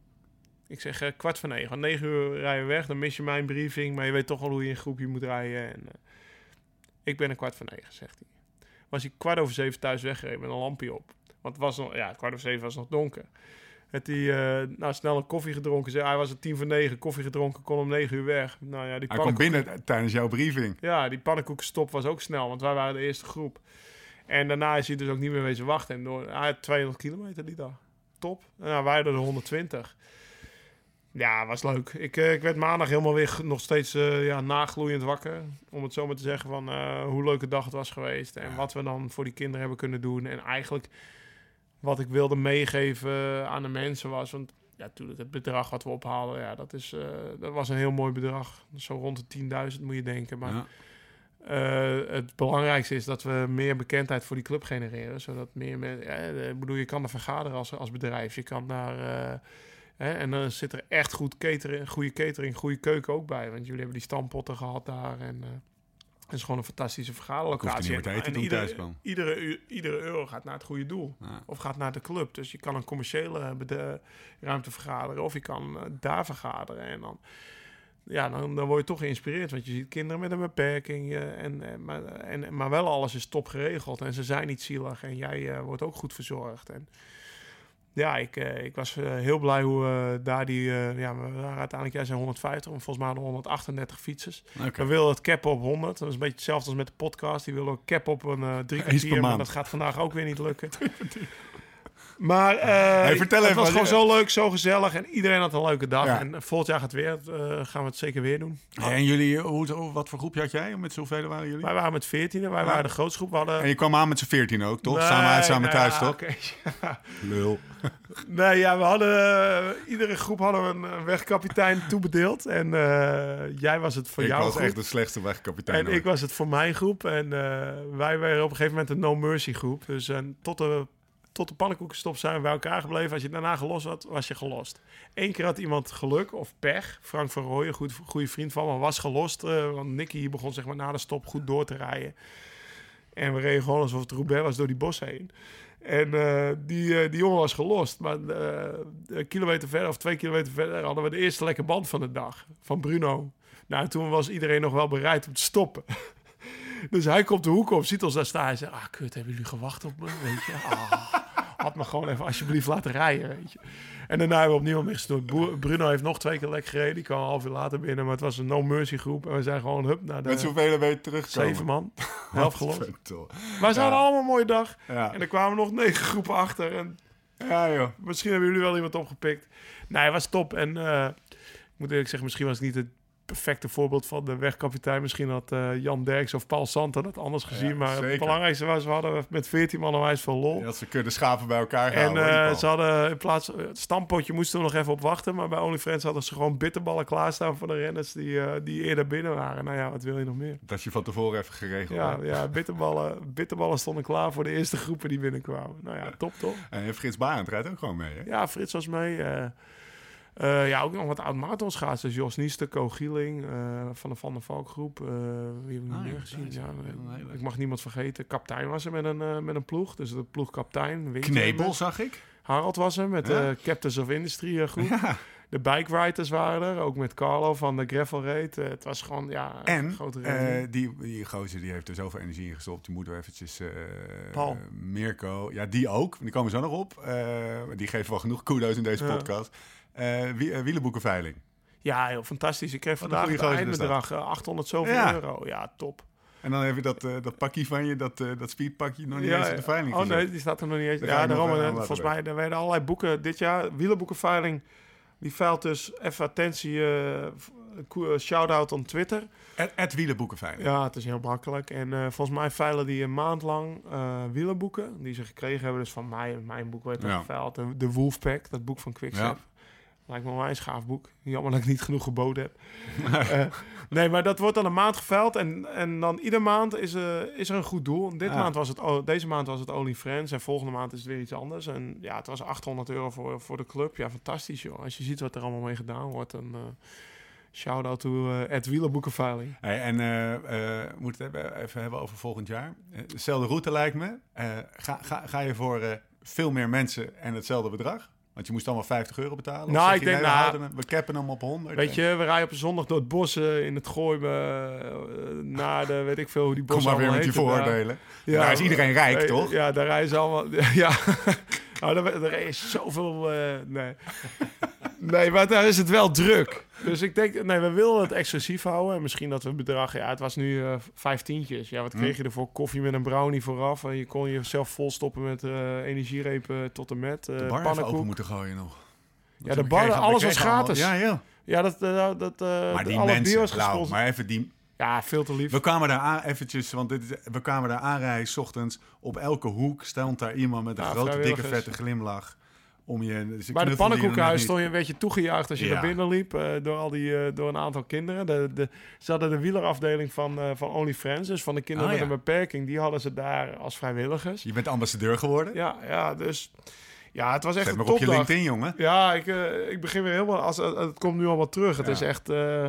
Ik zeg, uh, kwart voor negen. Om negen uur rijden we weg, dan mis je mijn briefing, maar je weet toch wel hoe je in een groepje moet rijden. En, uh, ik ben een kwart voor negen, zegt hij. Was hij kwart over zeven thuis weggereden met een lampje op. Want het was nog, ja, kwart over zeven was het nog donker. Had hij uh, nou, snel een koffie gedronken. Zei, hij was het tien voor negen, koffie gedronken, kon om negen uur weg. Nou ja, die Hij kwam pannenkoeken- binnen tijdens jouw briefing. Ja, die pannenkoekenstop was ook snel, want wij waren de eerste groep. En daarna is hij dus ook niet meer wezen wachten. En door, hij had tweehonderd kilometer die dag. top. Nou, wij hadden er honderdtwintig. Ja, was leuk. Ik, uh, ik werd maandag helemaal weer nog steeds uh, ja, nagloeiend wakker. Om het zo maar te zeggen van uh, hoe leuke dag het was geweest. En wat we dan voor die kinderen hebben kunnen doen. En eigenlijk wat ik wilde meegeven aan de mensen was... Want ja, natuurlijk het bedrag wat we ophaalden, ja, dat, is, uh, dat was een heel mooi bedrag. Zo rond de tienduizend moet je denken. Maar ja. uh, het belangrijkste is dat we meer bekendheid voor die club genereren. Zodat meer mensen... Ja, ik bedoel, je kan er vergaderen als, als bedrijf. Je kan daar... Uh, Hè, en dan zit er echt goed catering, goede catering, goede keuken ook bij. Want jullie hebben die stampotten gehad daar. En uh, het is gewoon een fantastische vergaderlocatie. En, en iedere, iedere, iedere euro gaat naar het goede doel. Ja. Of gaat naar de club. Dus je kan een commerciële bede- ruimte vergaderen. Of je kan uh, daar vergaderen. En dan, ja, dan, dan word je toch geïnspireerd. Want je ziet kinderen met een beperking. Uh, en, en, maar, en, maar wel alles is top geregeld. En ze zijn niet zielig. En jij uh, wordt ook goed verzorgd. En ja, ik, uh, ik was uh, heel blij hoe uh, daar die... Uh, ja, we waren uiteindelijk, jij zijn honderdvijftig, maar volgens mij hadden we honderdachtendertig fietsers. Okay. We wilden het cappen op honderd. Dat is een beetje hetzelfde als met de podcast. Die willen ook cap op een uh, drie kwartier, maar dat gaat vandaag ook weer niet lukken. Maar uh, hey, vertel het even, was gewoon je... zo leuk, zo gezellig en iedereen had een leuke dag. Ja. En volgend jaar gaat het weer, uh, gaan we het zeker weer doen. Ja, en jullie, hoe, wat voor groepje had jij? Met zoveel waren jullie? Wij waren met veertien, wij ja. waren de grootste groep. We hadden... En je kwam aan met z'n veertien ook, toch? Nee, samen uit, samen nee, thuis, ja, toch? Okay, ja. Lul. Nee, ja, we hadden... Uh, iedere groep hadden we een, een wegkapitein toebedeeld. En uh, jij was het voor ik jouw groep. Ik was echt de slechtste wegkapitein. En hoor. ik was het voor mijn groep. En uh, wij waren op een gegeven moment een No Mercy groep. Dus uh, tot de... Tot de pannenkoekenstop zijn we bij elkaar gebleven. Als je daarna gelost had, was je gelost. Eén keer had iemand geluk of pech. Frank van Rooyen, goed, goede vriend van me, was gelost. Uh, want Nicky begon zeg maar na de stop goed door te rijden. En we reden gewoon alsof het Roubaix was door die bos heen. En uh, die, uh, die jongen was gelost. Maar uh, een kilometer verder of twee kilometer verder hadden we de eerste lekke band van de dag. Van Bruno. Nou, toen was iedereen nog wel bereid om te stoppen. Dus hij komt de hoek op, ziet ons daar staan. Hij zegt, ah kut, hebben jullie gewacht op me? Weet je, ah, had me gewoon even alsjeblieft laten rijden, weet je. En daarna hebben we opnieuw mee gestoord. Bruno heeft nog twee keer lek gereden. Die kwam een half uur later binnen, maar het was een No Mercy groep. En we zijn gewoon, hup, naar de... Met zoveel ben je teruggekomen? Zeven man, helft gelost. Maar ze hadden ja. allemaal een mooie dag. Ja. En er kwamen nog negen groepen achter. En ja, joh. Misschien hebben jullie wel iemand opgepikt. Nee, het was top. En uh, ik moet eerlijk zeggen, misschien was het niet het perfecte voorbeeld van de wegkapitein. Misschien had uh, Jan Derks of Paul Santen dat anders gezien. Ja, maar zeker. Het belangrijkste was, we hadden met veertien man onwijs veel lol. Ja, dat ze kunnen schaven bij elkaar gaan. En uh, ze hadden in plaats het stampotje moesten we nog even op wachten. Maar bij OnlyFriends hadden ze gewoon bitterballen klaarstaan voor de renners die, uh, die eerder binnen waren. Nou ja, wat wil je nog meer? Dat je van tevoren even geregeld Ja, ja bitterballen, bitterballen stonden klaar voor de eerste groepen die binnenkwamen. Nou ja, top toch? En Frits Barend rijdt ook gewoon mee, hè? Ja, Frits was mee. Uh, Uh, ja, ook nog wat oud-marathonschaatsers. Jos Niester, Ko Gieling, uh, van de Van der Valk groep. Uh, wie hebben we ah, meer ja, gezien? Ja, uh, ik mag niemand vergeten. Kaptein was er met een, uh, met een ploeg. Dus de ploegkaptein. Knebel zag ik. Harald was er met de ja. uh, Captains of Industry uh, groep. Ja. De bike riders waren er. Ook met Carlo van de Gravel Raid. Uh, het was gewoon, ja, en, een grote uh, die, die gozer die heeft er zoveel energie in gestopt. Die moeten we eventjes... Uh, Paul. Uh, Mirko. Ja, die ook. Die komen zo nog op. Uh, die geven wel genoeg kudo's in deze ja. podcast. Uh, wie, uh, wielenboekenveiling. Ja, heel fantastisch. Ik kreeg vandaag het eindbedrag uh, achthonderd zoveel ja. euro. Ja, top. En dan heb je dat, uh, dat pakje van je, dat, uh, dat speedpakje, nog niet ja, eens op de veiling Oh gezet. Nee, die staat er nog niet eens. Daar ja, daarom, uh, volgens mij er werden allerlei boeken dit jaar. Wielenboekenveiling, die veilt dus, even attentie, uh, shout-out on Twitter. Het wielenboekenveiling. Ja, het is heel makkelijk. En uh, volgens mij veilen die een maand lang uh, wielenboeken, die ze gekregen hebben. Dus van mij, mijn boek werd er ja. geveild. De, de Wolfpack, dat boek van Quickstep. Ja. Lijkt me wel een schaaf boek. Jammer dat ik niet genoeg geboden heb. uh, nee, maar dat wordt dan een maand geveild. En, en dan iedere maand is, uh, is er een goed doel. Dit ja. maand was het, oh, deze maand was het OnlyFriends. En volgende maand is het weer iets anders. En ja, het was achthonderd euro voor, voor de club. Ja, fantastisch joh. Als je ziet wat er allemaal mee gedaan wordt. Dan uh, shout-out to uh, Ed Wielerboekenveiling. Hey, en uh, uh, moet het even, even hebben over volgend jaar. Uh, dezelfde route lijkt me. Uh, ga, ga, ga je voor uh, veel meer mensen en hetzelfde bedrag? Want je moest dan wel vijftig euro betalen. Nou, ik denk, nee, nou, we, we cappen hem op honderd. Weet je, we rijden op een zondag door het bos uh, in het Gooi uh, naar de, weet ik veel hoe die bossen allemaal heet. Kom maar weer met je vooroordelen. Ja, daar is iedereen rijk, uh, toch? Ja, daar rijden ze allemaal... Ja, nou, daar, daar is zoveel... Uh, nee. Nee, maar daar is het wel druk. Dus ik denk, nee, we willen het exclusief houden. En misschien dat we het bedrag, ja, het was nu uh, vijftientjes. Ja, wat kreeg hm. je ervoor? Koffie met een brownie vooraf. En je kon jezelf volstoppen met uh, energierepen tot en met. Uh, de bar even open moeten gooien nog. Dat ja, de bar, kregen, alles was gratis. Allemaal, ja, ja. Ja, dat, uh, dat uh, maar die alle mensen, bier was Lau, maar even die... Ja, veel te lief. We kwamen daar aan, eventjes, want dit is, we kwamen daar aanrijden 's ochtends. Op elke hoek stond daar iemand met een ja, grote, dikke, vette glimlach. Om je, dus maar de pannenkoekenhuis stond je een beetje toegejuicht als je ja. naar binnen liep. Uh, door, al die, uh, door een aantal kinderen. De, de, ze hadden de wielerafdeling van, uh, van OnlyFans. Dus van de kinderen oh, met ja. een beperking. Die hadden ze daar als vrijwilligers. Je bent ambassadeur geworden? Ja, ja dus... Ja, het was echt Zet een topdag. topdag. Op je LinkedIn, jongen. Ja, ik, uh, ik begin weer helemaal... Als, uh, het komt nu al wat terug. Het ja. is echt... Uh,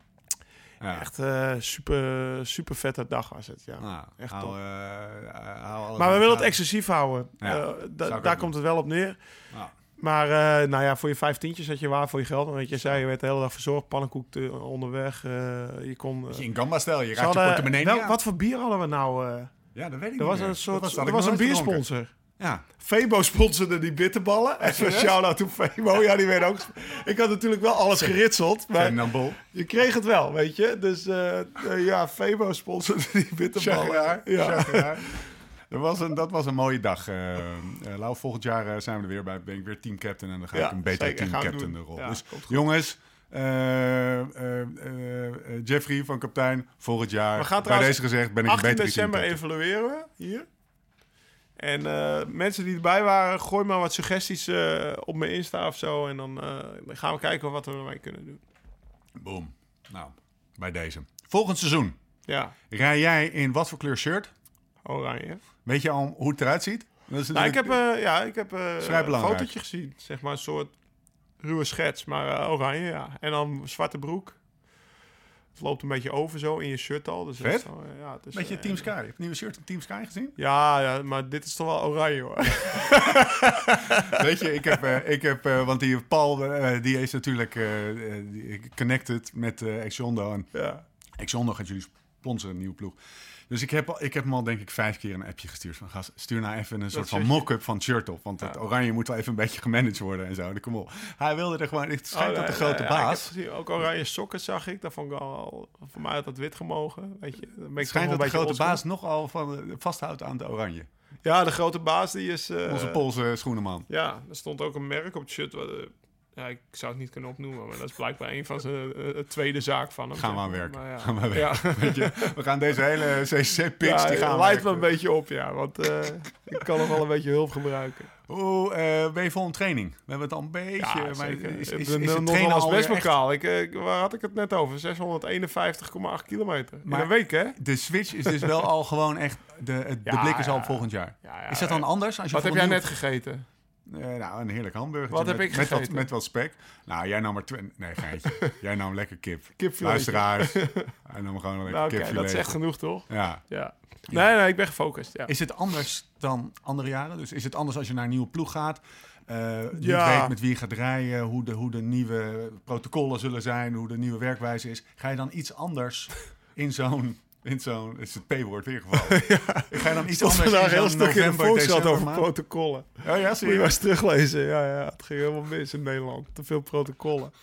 Ja. Echt uh, super, super vette dag was het. Ja. Nou, echt hou, top. Uh, hou maar we willen het exclusief houden. Ja, uh, da- daar komt het wel op neer. Nou. Maar uh, nou ja, voor je vijftientjes had je waar voor je geld. Want je zei, je werd de hele dag verzorgd. Pannenkoek te, onderweg. Uh, je kon... Uh, je in gamba stel, je raakt je portemonnee wel, Wat voor bier hadden we nou? Uh, ja, dat weet ik er niet was meer. een soort, dat was, er was een biersponsor. Ja. Febo sponsorde die bitterballen. En zo shout-out to Febo. Ja, die werden ook... Ik had natuurlijk wel alles geritseld. Maar je kreeg het wel, weet je. Dus uh, uh, ja, Febo sponsorde die bitterballen. Ja. Dat was, een, dat was een mooie dag. Uh, uh, Lau, volgend jaar uh, zijn we er weer bij. Ben ik weer teamcaptain en dan ga ja, ik een beter teamcaptain de rol. Ja, dus jongens... Uh, uh, uh, uh, Jeffrey van kapitein, volgend jaar. We gaan bij deze gezegd ben ik een betere december evalueren we hier. En uh, mensen die erbij waren, gooi maar wat suggesties uh, op mijn Insta of zo. En dan, uh, dan gaan we kijken wat we ermee kunnen doen. Boom. Nou, bij deze. Volgend seizoen. Ja. Rij jij in wat voor kleur shirt? Oranje. Weet je al hoe het eruit ziet? Dat is nou, ik heb, uh, ja, ik heb uh, een fotootje gezien. Zeg maar een soort ruwe schets, maar uh, oranje, ja. En dan zwarte broek. Het loopt een beetje over zo in je shirt al. Dus vet? Zo, ja, het is, beetje uh, Team Sky. Heb je het nieuwe shirt van Team Sky gezien? Ja, ja, maar dit is toch wel oranje, hoor. Weet je, ik heb... Uh, ik heb uh, want die Paul, uh, die is natuurlijk uh, connected met uh, Exondo. En ja. Exondo gaat jullie sponsoren, een nieuwe ploeg. Dus ik heb, ik heb hem al denk ik vijf keer een appje gestuurd. Van, ga, stuur nou even een soort van mock-up van het shirt op. Want ja. het oranje moet wel even een beetje gemanaged worden en zo. Kom op. Hij wilde er gewoon... Het schijnt oh, nee, dat de grote nee, baas... Ja, ook oranje sokken zag ik. Daar vond ik al... Voor mij had dat wit gemogen. Weet je, dan ben ik het schijnt dat de grote ontstaan. baas nogal van, uh, vasthoudt aan de oranje. Ja, de grote baas die is... Uh, Onze Poolse schoenenman. Ja, er stond ook een merk op het shirt... Wat, uh, ja, ik zou het niet kunnen opnoemen, maar dat is blijkbaar een van zijn uh, tweede zaak van hem. Gaan we aan werken. Maar ja. Gaan we aan werken. Ja. Weet je, we gaan deze hele C C-pitch, ja, die gaan leidt me een beetje op, ja. Want uh, ik kan nog wel een beetje hulp gebruiken. Hoe uh, ben je vol een training? We hebben het al een beetje... Ja, maar is, is, is, de, is het trainen al best lokaal. Ik, uh, waar had ik het net over? zeshonderdeenenvijftig komma acht kilometer. Maar in een week, hè? De switch is dus wel al gewoon echt... De, de ja, blik is al op volgend jaar. Ja, ja, is dat dan anders? Als je wat heb jij net gegeten? Uh, nou, een heerlijk hamburger. Wat heb met, ik gegeten? Met wat, met wat spek. Nou, jij nam maar... Tw- nee, geintje. Jij nam lekker kip. Kipfilet. Luisteraars. Hij nam gewoon een lekker nou, kipfilet. Okay, dat is echt genoeg, toch? Ja. ja. Nee, nee, ik ben gefocust. Ja. Is het anders dan andere jaren? Dus is het anders als je naar een nieuwe ploeg gaat? Uh, niet ja. weet met wie je gaat rijden, hoe de, hoe de nieuwe protocollen zullen zijn, hoe de nieuwe werkwijze is. Ga je dan iets anders in zo'n... In zo'n... is het P-woord weer gevallen. Ja. Ik ga dan iets Stond anders in zo'n november, in de december over maand. Protocollen. Oh ja, zie je? Moet je maar eens teruglezen. Ja, ja, het ging helemaal mis in Nederland. Te veel protocollen.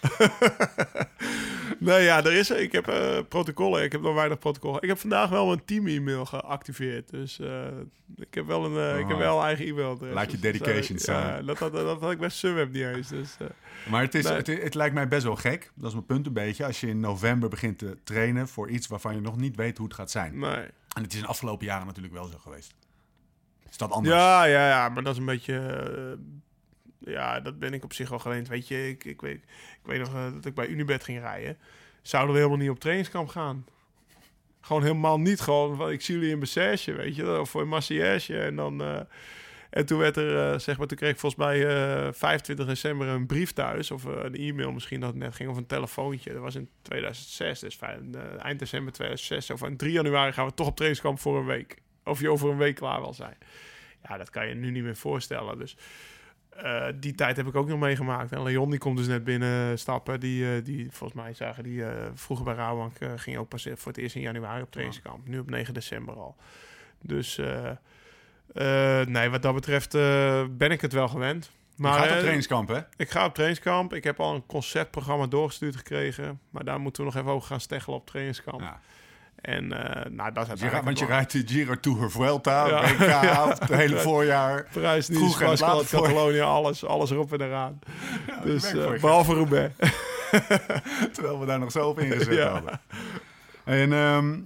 Nee, ja, er is... Ik heb uh, protocollen. Ik heb nog weinig protocollen. Ik heb vandaag wel mijn team-e-mail geactiveerd. Dus uh, ik heb wel een, uh, oh. ik heb wel een eigen e-mailadres. Like je dedication, dus, uh, ja, dat, dat, dat had ik bij Sunweb niet eens. Dus, uh, maar het, is, nee. het, het lijkt mij best wel gek. Dat is mijn punt een beetje. Als je in november begint te trainen voor iets waarvan je nog niet weet hoe het gaat zijn. Nee. En het is in de afgelopen jaren natuurlijk wel zo geweest. Is dat anders? Ja, ja, ja. Maar dat is een beetje... Uh, ja, dat ben ik op zich wel gewend. Weet je, ik, ik, weet, ik weet nog uh, dat ik bij Unibet ging rijden. Zouden we helemaal niet op trainingskamp gaan. Gewoon helemaal niet. Gewoon, ik zie jullie in Bessège, weet je. Of in Massiège. En dan... Uh, en toen werd er, uh, zeg maar, toen kreeg ik volgens mij uh, vijfentwintig december een brief thuis. Of uh, een e-mail misschien dat het net ging. Of een telefoontje. Dat was in tweeduizend zes. Dus uh, eind december tweeduizend zes. Of in drie januari gaan we toch op trainingskamp voor een week. Of je over een week klaar wil zijn. Ja, dat kan je nu niet meer voorstellen. Dus uh, die tijd heb ik ook nog meegemaakt. En Leon die komt dus net binnen stappen. Die, uh, die volgens mij zagen die uh, vroeger bij Rabobank uh, ging ook pas voor het eerst in januari op trainingskamp. Nu op negen december al. Dus... Uh, Uh, nee, wat dat betreft uh, ben ik het wel gewend. Maar, je gaat op uh, trainingskamp, hè? Ik ga op trainingskamp. Ik heb al een concertprogramma doorgestuurd gekregen. Maar daar moeten we nog even over gaan steggelen op trainingskamp. Ja. En uh, nou, dat is het. Dus want je rijdt de Giro Tour, Vuelta, ja. W K, het hele voorjaar. Prijs niet, Catalonië, alles, alles erop en eraan. Ja, dus uh, behalve Roubaix. Terwijl we daar nog zo op ingezet ja. hadden. En um,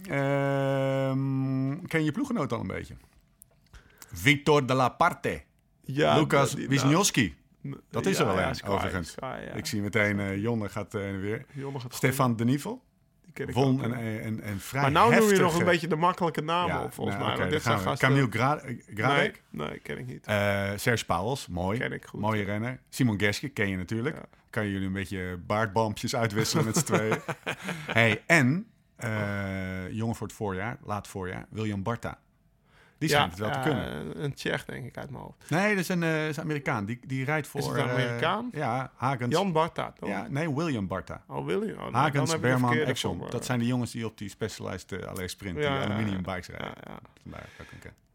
um, ken je ploeggenoot al een beetje? Victor de la Parte. Ja, Lucas Wisniewski. Dat is ja, er wel een, ja, overigens. Ja, ja. Ik zie meteen, uh, Jonne gaat uh, weer. Jonne gaat Stefan goed. de Nivel. Won ook, en, en, en vrij Maar nou heftige... noem je nog een beetje de makkelijke namen ja, op, volgens nou, mij. Okay, dit gaan Camille Gradek. Nee, nee, ken ik niet. Uh, Serge Pauwels, mooi. Ken ik goed. Mooie renner. Simon Geschke, ken je natuurlijk. Ja. Kan je jullie een beetje baardbampjes uitwisselen met z'n tweeën. Hey, en, uh, jongen voor het voorjaar, laat voorjaar, William Barta. Die schijnt ja, het wel uh, te kunnen. Een Tsjech, denk ik, uit mijn hoofd. Nee, dat is een, uh, is een Amerikaan. Die, die rijdt voor... Is het een Amerikaan? Uh, ja, Hagens. Jan Barta, toch? Ja, nee, William Barta. Oh, William. Oh, Hagens, Berman, Exxon. Voor, dat zijn de jongens die op die Specialized uh, Allee Sprint, ja, die aluminium bikes rijden. Ja, ja. Vandaar dat ik hem ken.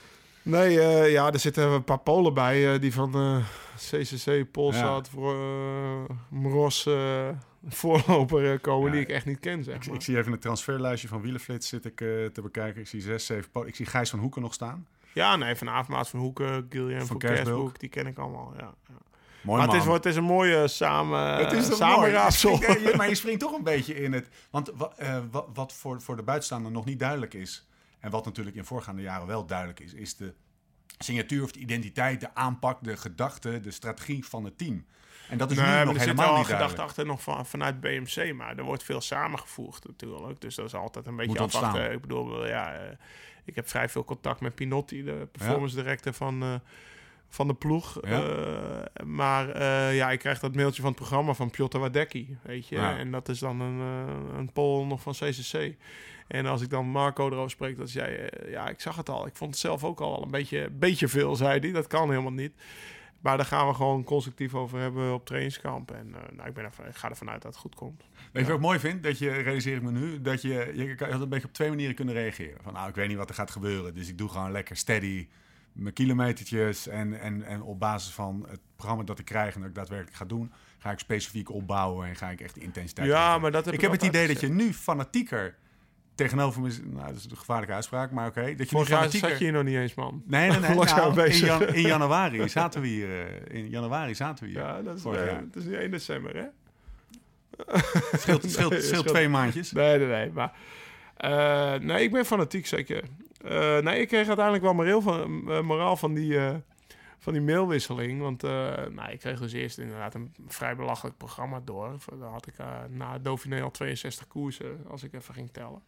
Nee, uh, ja, er zitten een paar Polen bij uh, die van uh, C C C, Polsat, ja. voor uh, Mros uh, voorloper uh, komen ja, die ik echt niet ken, zeg ik, maar. Ik zie even het transferlijstje van Wielerflits zit ik uh, te bekijken. Ik zie zes, zeven Polen. Ik zie Gijs van Hoeken nog staan. Ja, nee, Van Avermaat, Van Hoeken, Guillaume van Kersbroek, die ken ik allemaal, ja. ja. Mooi, maar het is, het is een mooie samen, het is samenraapsel. Je, maar je springt toch een beetje in het... Want uh, wat, wat voor, voor de buitenstaander nog niet duidelijk is... en wat natuurlijk in voorgaande jaren wel duidelijk is... is de signatuur of de identiteit, de aanpak, de gedachte, de strategie van het team. En dat is nee, nu nog er helemaal niet duidelijk. Er zit wel gedachte achter nog van, vanuit B M C, maar er wordt veel samengevoegd natuurlijk. Dus dat is altijd een beetje afwachten. Ik bedoel, ja... Uh, ik heb vrij veel contact met Pinotti, de performance ja. director van, uh, van de ploeg. Ja. Uh, maar uh, ja, ik krijg dat mailtje van het programma van Piotr Wadecki, weet je. Ja. En dat is dan een, uh, een Pool nog van C C C. En als ik dan Marco erover spreek, dat zei uh, ja, ik zag het al. Ik vond het zelf ook al een beetje, beetje veel, zei hij. Dat kan helemaal niet. Maar daar gaan we gewoon constructief over hebben op trainingskamp. En uh, nou, ik, ben er, ik ga ervan uit dat het goed komt. Weet je wat ik mooi vind? Dat je, realiseer ik me nu, dat je, je had een beetje op twee manieren kunnen reageren. Van nou, ik weet niet wat er gaat gebeuren. Dus ik doe gewoon lekker steady mijn kilometertjes. En, en, en op basis van het programma dat ik krijg en dat ik daadwerkelijk ga doen, ga ik specifiek opbouwen en ga ik echt de intensiteit. Ja, maar dat heb ik ik heb het idee dat je nu fanatieker tegenover me... Nou, dat is een gevaarlijke uitspraak, maar oké. Okay, dat je Vorig jaar fanatieker... zat je hier nog niet eens, man. Nee, nee, nee. nou, in, jan, in januari zaten we hier. Uh, in januari zaten we hier. Ja, dat is, uh, het is nu één december, hè? Het scheelt, nee, scheelt, scheelt twee maandjes. Nee, nee, nee. Maar, uh, nee, ik ben fanatiek, zeker. Uh, nee, ik kreeg uiteindelijk wel moraal van, uh, moraal van die... Uh, van die mailwisseling. Want uh, nou, ik kreeg dus eerst inderdaad een vrij belachelijk programma door. Dan had ik uh, na Dauphiné al tweeënzestig koersen, als ik even ging tellen.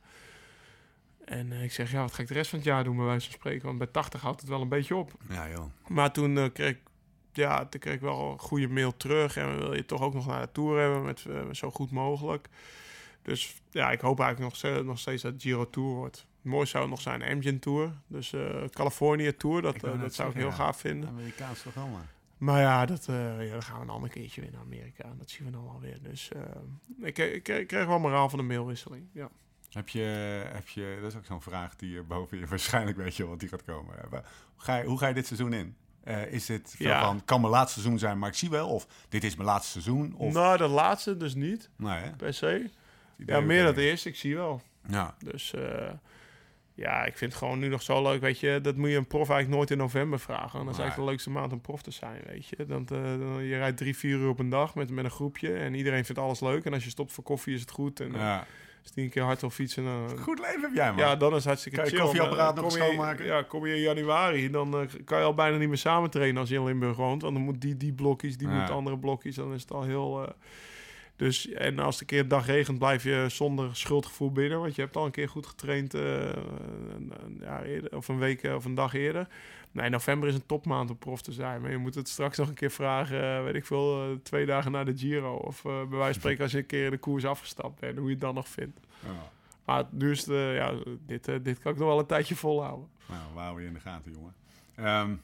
En uh, ik zeg, ja, wat ga ik de rest van het jaar doen, bij wijze van spreken? Want bij tachtig houdt het wel een beetje op. Ja, joh. Maar toen uh, kreeg ik, ja, toen kreeg ik wel een goede mail terug. En wil je toch ook nog naar de Tour hebben, met uh, zo goed mogelijk. Dus ja, ik hoop eigenlijk nog, nog steeds dat Giro Tour wordt. Mooi zou het nog zijn, Amgen Tour. Dus uh, California Tour, dat, uh, dat zou ik heel ja. gaaf vinden. Amerikaans programma. Maar ja, dat, uh, ja, dan gaan we een ander keertje weer naar Amerika. Dat zien we dan wel weer. Dus uh, ik, ik, ik kreeg wel moraal van de mailwisseling, ja. Heb je, heb je, dat is ook zo'n vraag die je boven je waarschijnlijk weet je wat die gaat komen. Hoe ga je, hoe ga je dit seizoen in? Uh, is dit veel ja. van, kan mijn laatste seizoen zijn, maar ik zie wel? Of dit is mijn laatste seizoen? Of... Nou, dat laatste dus niet, nee, hè? per se. Ja, meer dat eerste, ik zie wel. Ja. Dus uh, ja, ik vind het gewoon nu nog zo leuk, weet je. Dat moet je een prof eigenlijk nooit in november vragen. Dat is eigenlijk de leukste maand om prof te zijn, weet je. Dan, uh, dan, je rijdt drie, vier uur op een dag met, met een groepje en iedereen vindt alles leuk. En als je stopt voor koffie is het goed. En, ja. uh, als die een keer hard wil fietsen... Dan, goed leven heb jij, man. Ja, dan is het hartstikke kan je chill. koffieapparaat uh, nog schoonmaken? Ja, kom je in januari, dan uh, kan je al bijna niet meer samen trainen als je in Limburg woont. Want dan moet die, die blokjes, die ja. moet andere blokjes. Dan is het al heel... Uh, Dus, en als het een keer een dag regent, blijf je zonder schuldgevoel binnen. Want je hebt al een keer goed getraind, uh, een, een jaar eerder, of een week of een dag eerder. Nee, november is een topmaand om prof te zijn. Maar je moet het straks nog een keer vragen, uh, weet ik veel, uh, twee dagen na de Giro. Of uh, bij wijze van spreken als je een keer de koers afgestapt bent, hoe je het dan nog vindt. Ja. Maar nu is het, uh, ja, dit, uh, dit kan ik nog wel een tijdje volhouden. Nou, we houden je in de gaten, jongen. Um,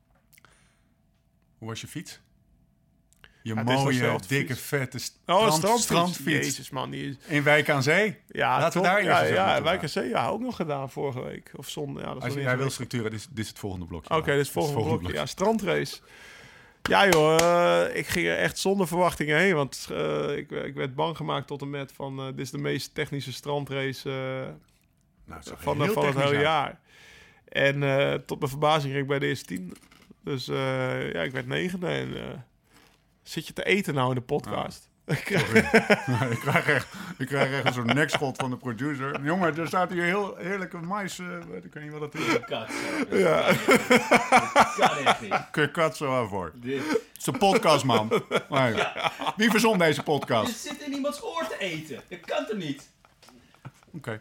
hoe was je fiets? Je ja, mooie, dikke, vette strand, oh, strandfiets. strandfiets. Jezus, man. Die is... In Wijk aan Zee. Ja, laten top. we daar ja, eerst ja, Wijk aan Zee, ja, ook nog gedaan vorige week. Of zondag. Ja, als je, jij wil structuren, dit is, dit is het volgende blokje. Oké, okay, dit is het volgende, volgende blokje. blokje. Ja, strandrace. Ja joh, uh, ik ging er echt zonder verwachtingen heen. Want uh, ik, ik werd bang gemaakt tot en met van... Uh, dit is de meest technische strandrace uh, nou, van, uh, van het hele jaar. En uh, tot mijn verbazing ging ik bij de eerste tien. Dus uh, ja, ik werd negende. En uh, zit je te eten nou in de podcast? Ja. ik, krijg echt, ik krijg echt een soort nekschot van de producer. Jongen, er staat hier heel heerlijke mais. Uh, ik weet niet wat dat is. Katzo. Ja. Kan echt niet. Kun je katzo voor. Dit. Het is een podcast, man. Nee. Wie verzond deze Je podcast? zit in iemands oor te eten. Dat kan toch niet? Oké.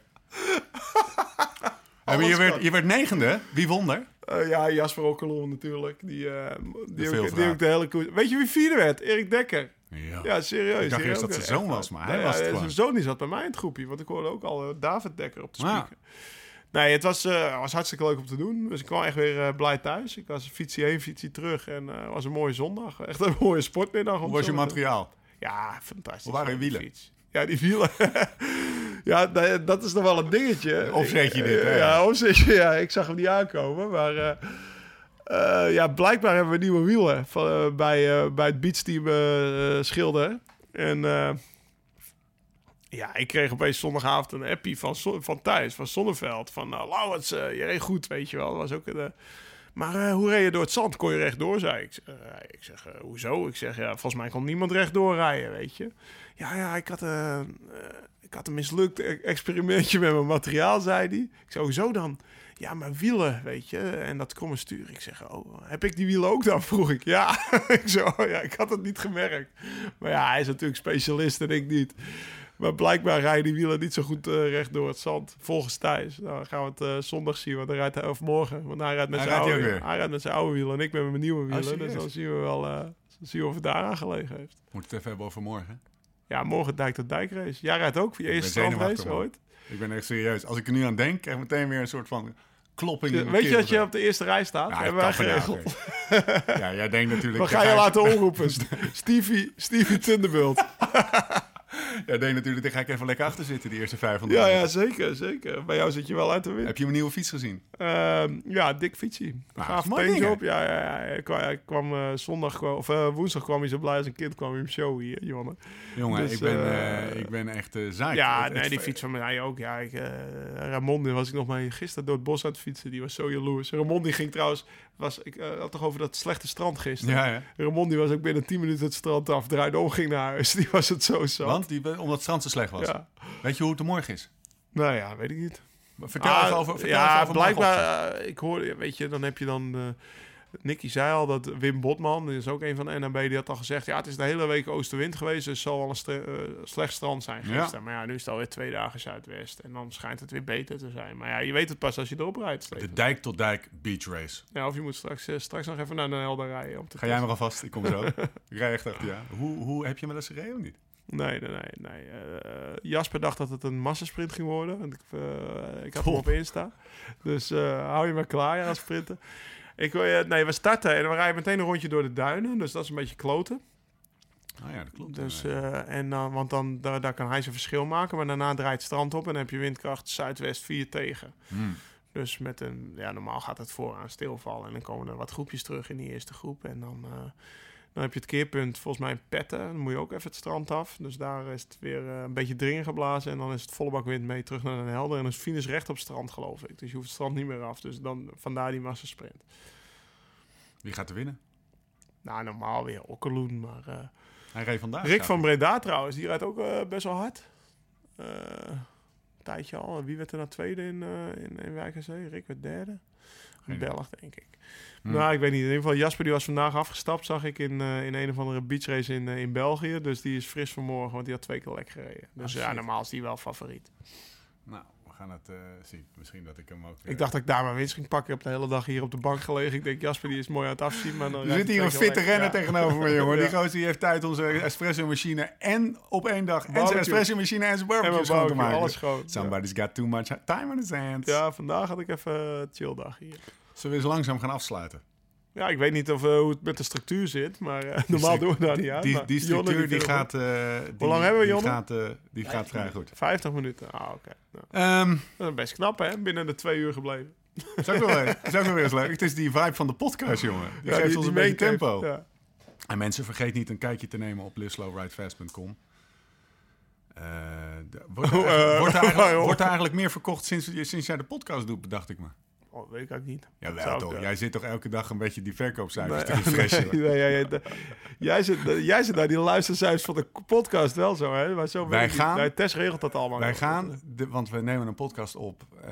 Okay. je, werd, je werd negende. Wie won er? Uh, ja, Jasper Okkelon natuurlijk. Die, uh, die, de ook, die ook de hele koers... Weet je wie vierde werd? Erik Dekker. Ja, ja serieus. Ik dacht eerst dat zijn zoon was, maar hij ja, was het ja, gewoon. zijn zoon die zat bij mij in het groepje. Want ik hoorde ook al uh, David Dekker op de speaker. Ja. Nee, het was, uh, was hartstikke leuk om te doen. Dus ik kwam echt weer uh, blij thuis. Ik was fietsie heen, fietsie terug. En het uh, was een mooie zondag. Echt een mooie sportmiddag. Hoe was je materiaal? Ja, fantastisch. Hoe waren je wielen? Fiets. Ja, die wielen. ja, dat is nog wel een dingetje. Of zet je dit, hè? Ja, of zet je, ja, ik zag hem niet aankomen. Maar uh, uh, ja, blijkbaar hebben we nieuwe wielen van, uh, bij, uh, bij het beatsteam uh, Schilder. En uh, ja, ik kreeg opeens zondagavond een appie van, van Thijs, van Zonneveld. Van, uh, Laurens, uh, je reed goed, weet je wel. Dat was ook een... Uh, Maar uh, hoe reed je door het zand? Kon je rechtdoor, zei ik. Uh, ik zeg, uh, hoezo? Ik zeg, ja, volgens mij kon niemand rechtdoor rijden, weet je. Ja, ja, ik had, uh, uh, ik had een mislukt experimentje met mijn materiaal, zei hij. Ik zei, hoezo dan? Ja, maar wielen, weet je. En dat kromme stuur. Ik zeg, oh, heb ik die wielen ook dan? Vroeg ik. Ja. ik zei, oh, ja, ik had het niet gemerkt. Maar ja, hij is natuurlijk specialist en ik niet. Maar blijkbaar rijden die wielen niet zo goed uh, recht door het zand. Volgens Thijs. Nou, dan gaan we het uh, zondag zien. Want dan rijdt hij, of morgen. Want hij rijdt met hij zijn oude, hij hij rijdt met zijn oude wielen. En ik ben met mijn nieuwe wielen. Oh, dus dan zien we wel uh, zien we of het daar aan gelegen heeft. Moet het even hebben over morgen? Ja, morgen dijk tot dijkrace. Jij rijdt ook voor je eerste strandrace ooit? Ik ben echt serieus. Als ik er nu aan denk, krijg ik meteen weer een soort van klopping. Ja, weet je dat je op de eerste rij staat? Ja, hebben wij geregeld. Ja, jij denkt natuurlijk... We gaan je laten omroepen. Stevie, Stevie Thunderbult. Ja, denk natuurlijk, daar ga ik even lekker achter zitten, die eerste vijfhonderd. Ja, ja, zeker, zeker. Bij jou zit je wel uit de wind. Heb je mijn nieuwe fiets gezien? Uh, ja, dik fietsie. Ah, Gaaf peentje op. Ja, ja, ja. Ik kwam, ik kwam uh, zondag, of uh, woensdag kwam hij zo blij als een kind, kwam hij hem show hier, Jonne. Jongen, dus, ik, ben, uh, uh, ik ben echt uh, zaak. Ja, het, nee, het, die fiets van mij ook. Ja, ik, uh, Ramon, die was ik nog mee gisteren door het bos aan het fietsen. Die was zo jaloers. Ramon, die ging trouwens, was, ik uh, had toch over dat slechte strand gisteren. Ja, ja. Ramon, die was ook binnen tien minuten het strand af, draaide om, ging naar huis. Die was het zo zo. Want? Die, omdat het strand zo slecht was? Ja. Weet je hoe het er morgen is? Nou ja, weet ik niet. Vertel ah, even over, vertel ja, even over blijkbaar, uh, ik hoorde, weet je, dan heb je dan... Uh, Nicky zei al dat Wim Botman, die is ook een van de N H B, die had al gezegd... ja, het is de hele week oostenwind geweest, dus het zal wel een stre- uh, slecht strand zijn gisteren. Ja. Maar ja, nu is het alweer twee dagen zuidwest. En dan schijnt het weer beter te zijn. Maar ja, je weet het pas als je erop rijdt. Steven. De dijk tot dijk beach race. Ja, of je moet straks, uh, straks nog even naar Den Helder rijden. Om te Ga jij maar alvast, ik kom zo. Ik rij echt achter, ja. Hoe, hoe heb je wel eens gereden of niet? Nee, nee, nee. nee. Uh, Jasper dacht dat het een massasprint ging worden. Want ik, uh, ik had hem op Insta. Dus uh, hou je maar klaar, ja, als sprinten. Ik, uh, nee, we starten en we rijden meteen een rondje door de duinen. Dus dat is een beetje kloten. Ah ja, dat klopt. Dus, uh, en, uh, want dan daar, daar kan hij zijn verschil maken. Maar daarna draait het strand op en dan heb je windkracht zuidwest vier tegen. Hmm. Dus met een, ja, normaal gaat het vooraan stilvallen. En dan komen er wat groepjes terug in die eerste groep. En dan... Uh, Dan heb je het keerpunt volgens mij in Petten. Dan moet je ook even het strand af. Dus daar is het weer uh, een beetje dringen geblazen. En dan is het volle bak wind mee terug naar Den Helder. En dan is finish recht op het strand, geloof ik. Dus je hoeft het strand niet meer af. Dus dan vandaar die massasprint. Wie gaat er winnen? Nou, normaal weer Okkeloen. Maar, uh, Hij reed vandaag. Rick van Breda trouwens, die rijdt ook uh, best wel hard. Uh, een tijdje al. Wie werd er nou tweede in, uh, in, in Wijk aan Zee? Rick werd derde. Een Belg, denk ik. Hmm. Nou, ik weet niet. In ieder geval, Jasper die was vandaag afgestapt, zag ik in, uh, in een of andere beachrace in, uh, in België. Dus die is fris vanmorgen, want die had twee keer lek gereden. Dus oh, ja, normaal is die wel favoriet. Nou, we gaan het uh, zien. Misschien dat ik hem ook... Uh... Ik dacht dat ik daar mijn winst ging pakken. Ik heb de hele dag hier op de bank gelegen. Ik denk, Jasper die is mooi aan het afzien. Maar dan er zit hier een fitte renner ja. tegenover me, jongen. Ja. Die gozer die heeft tijd om zijn espresso-machine en op één dag... en zijn espresso-machine en zijn barbecue schoon te maken. Alles schoon. Somebody's ja. got too much time on his hands. Ja, vandaag had ik even een chill dag hier. Zullen we eens langzaam gaan afsluiten? Ja, ik weet niet of, uh, hoe het met de structuur zit, maar uh, normaal doen we daar niet aan. Die, die structuur Jonne, die, die gaat... Uh, die, hoe lang hebben we, Jonne? Die gaat, uh, die gaat vrij goed. vijftig minuten, ah, oké. Okay. Nou, um, dat is best knap, hè? Binnen de twee uur gebleven. Dat is ook wel, is ook wel weer eens leuk. Het is die vibe van de podcast, jongen. Die ja, geeft die, ons die een beetje tempo. Ja. En mensen, vergeet niet een kijkje te nemen op live slow ride fast punt com. Uh, de, wordt, er, uh, wordt, er eigenlijk, wordt er eigenlijk meer verkocht sinds, sinds jij de podcast doet, bedacht ik me. Oh, weet ik ook niet. Ja, wel toch. Ik, uh... Jij zit toch elke dag een beetje die verkoopcijfers nee, te refreshen? Nee, nee, nee, nee, jij, zit, jij zit naar die luistercijfers van de podcast wel zo, hè? Maar zo wij gaan... Nee, Tess regelt dat allemaal. Wij gaan, de, want we nemen een podcast op uh,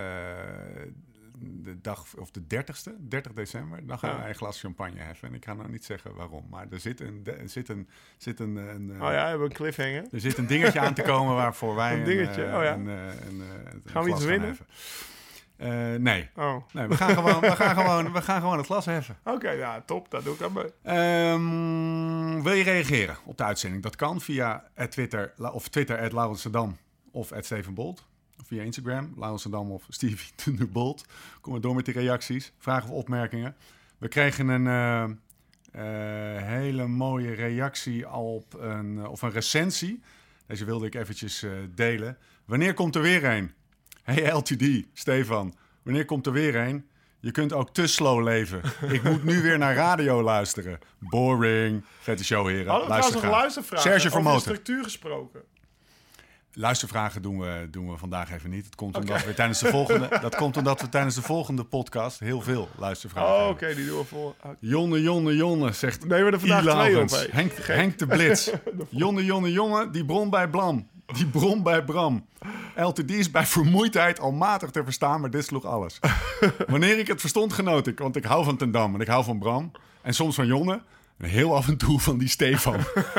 de dag, of de dertigste, dertig december. Dan gaan ja. wij een glas champagne heffen. En ik ga nou niet zeggen waarom, maar er zit een... Er zit een, zit een, een oh ja, we hebben een cliffhanger. Er zit een dingetje aan te komen waarvoor wij een dingetje, een, oh ja. een, een, een, een gaan we iets winnen? Heffen. Uh, nee. Oh. nee, we gaan gewoon, we gaan gewoon, we gaan gewoon het glas heffen. Oké, okay, ja, top. Dat doe ik aan mee. Um, wil je reageren op de uitzending? Dat kan via Twitter of Twitter at Laurensedam of at Steven Bolt. Of via Instagram, Laurensedam of Stevie Bolt. Kom maar door met die reacties, vragen of opmerkingen. We kregen een uh, uh, hele mooie reactie op een, of een recensie. Deze wilde ik eventjes uh, delen. Wanneer komt er weer een? Hey L T D, Stefan, wanneer komt er weer een? Je kunt ook te slow leven. Ik moet nu weer naar radio luisteren. Boring. Vette show, heren. Hadden we trouwens nog luistervragen? Serge over Vermoten. de structuur gesproken? Luistervragen doen we, doen we vandaag even niet. Dat komt, omdat okay. we tijdens de volgende, dat komt omdat we tijdens de volgende podcast heel veel luistervragen oh, hebben. Oké, okay, die doen we voor. Okay. Jonne, Jonne, Jonne, zegt nee, we er vandaag twee op. Hey. Henk, Henk de Blitz. Jonne, Jonne, Jonne, die bron bij Bram. Die bron bij Bram. L T D is bij vermoeidheid al matig te verstaan, maar dit sloeg alles. Wanneer ik het verstond, genoot ik. Want ik hou van Ten Dam en ik hou van Bram. En soms van Jonne. En heel af en toe van die Stefan.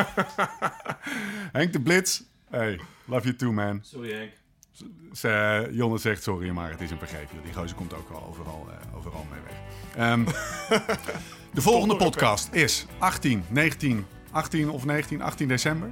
Henk de Blitz. Hey, love you too, man. Sorry, Henk. Z- Jonne zegt sorry, maar het is een vergeefje. Die gozer komt ook al overal, uh, overal mee weg. Um, de volgende podcast is achttien, negentien, achttien of negentien, achttien december.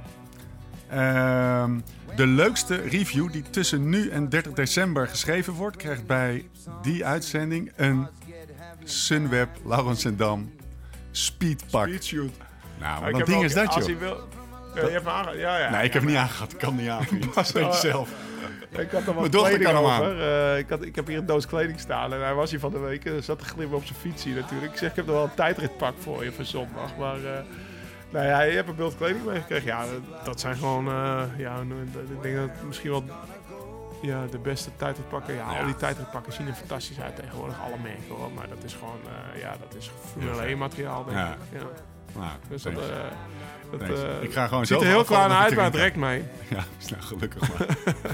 Uh, de leukste review die tussen nu en dertig december geschreven wordt, krijgt bij die uitzending een Sunweb Laurensendam Speedpak. Speedshoot. Nou, wat een ding ook, is dat, joh. Wil... Ja, je hebt me aangehad. Ja, ja. Nee, ik heb hem niet aangehad. Ik kan niet aan. Dat weet je zelf. Ik had er wat dochter kan hem over. Uh, ik, had, ik heb hier een doos kleding staan en hij was hier van de week. Er zat te glimmen op zijn fiets hier natuurlijk. Ik zeg, ik heb nog wel een tijdritpak voor je voor zondag. Maar uh, nou ja, je hebt een beeld kleding meegekregen. Ja, dat, dat zijn gewoon... Uh, ja, ik denk dat het misschien wel... Ja, de beste tijdritpakken. Ja, ja, al die tijdritpakken zien er fantastisch uit tegenwoordig. Alle merken hoor. Maar dat is gewoon... Uh, ja, dat is Formule één materiaal denk ja. ik. Ja. Nou, dus dat... Uh, Dat, uh, ik ga gewoon ziet er heel klaar naar uit, maar het rekt mij. Ja, nou, gelukkig maar.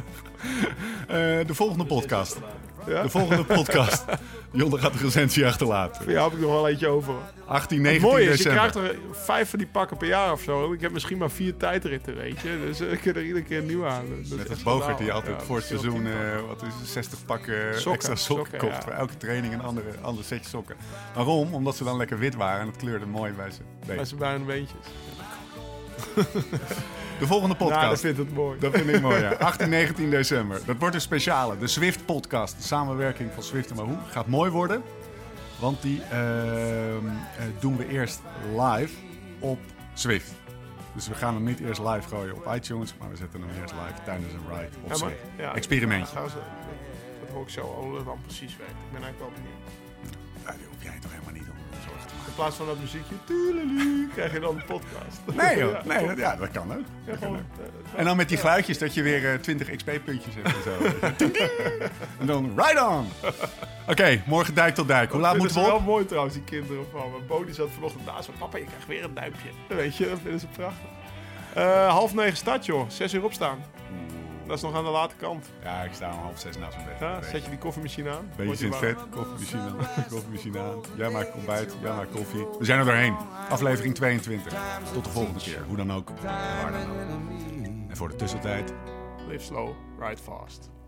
uh, de volgende podcast. Ja? De volgende podcast. Jonne gaat de recensie achterlaten. Ja, heb ik nog wel eentje over. achttien, negentien mooi is, december. je krijgt er vijf van die pakken per jaar of zo. Ik heb misschien maar vier tijdritten, weet je. Dus uh, ik heb er iedere keer nieuw aan. Dat Net als Bovert die altijd ja, voor het seizoen uh, wat is het, zestig pakken sokken, extra sokken, sokken kocht. Ja. Voor elke training een andere, andere setje sokken. Waarom? Omdat ze dan lekker wit waren en het kleurde mooi bij zijn beentjes. Bij zijn bruine beentjes. De volgende podcast. Ja, dat vind ik het mooi. Dat vind ik mooi, ja. achttien, negentien december. Dat wordt een speciale. De Zwift podcast. De samenwerking van Zwift en Wahoo. Gaat mooi worden. Want die uh, uh, doen we eerst live op Zwift. Dus we gaan hem niet eerst live gooien op iTunes. Maar we zetten hem eerst live tijdens een ride op ja, Zwift. Ja, Experimentje. Ja, dat, dat hoor ik zo hoe dat dan precies werkt. Ik ben eigenlijk wel benieuwd. Ja, die hoef jij toch helemaal niet om zorgen te maken. In plaats van dat muziekje, tuurlijk, krijg je dan een podcast. Nee joh, ja, nee, dat, ja, dat kan ook. Dat ja, kan ook. En dan met die geluidjes dat je weer uh, twintig X P-puntjes hebt en zo. En dan ride on! Oké, okay, morgen dijk tot dijk. Hoe laat moeten we op? Dat is wel mooi trouwens, die kinderen van me. Bodie zat vanochtend naast me. Papa, je krijgt weer een duimpje. Weet je, dat vinden ze prachtig. Uh, half negen start joh, zes uur opstaan. Dat is nog aan de late kant. Ja, ik sta om half zes naast mijn bed. Ja, zet je die koffiemachine aan. Beetje in het vet, koffiemachine aan. koffiemachine aan. Jij maakt ontbijt, jij maakt koffie. We zijn er doorheen. Aflevering tweeëntwintig. Tot de volgende keer. Hoe dan ook. Waar dan ook. En voor de tussentijd... Live slow, ride fast.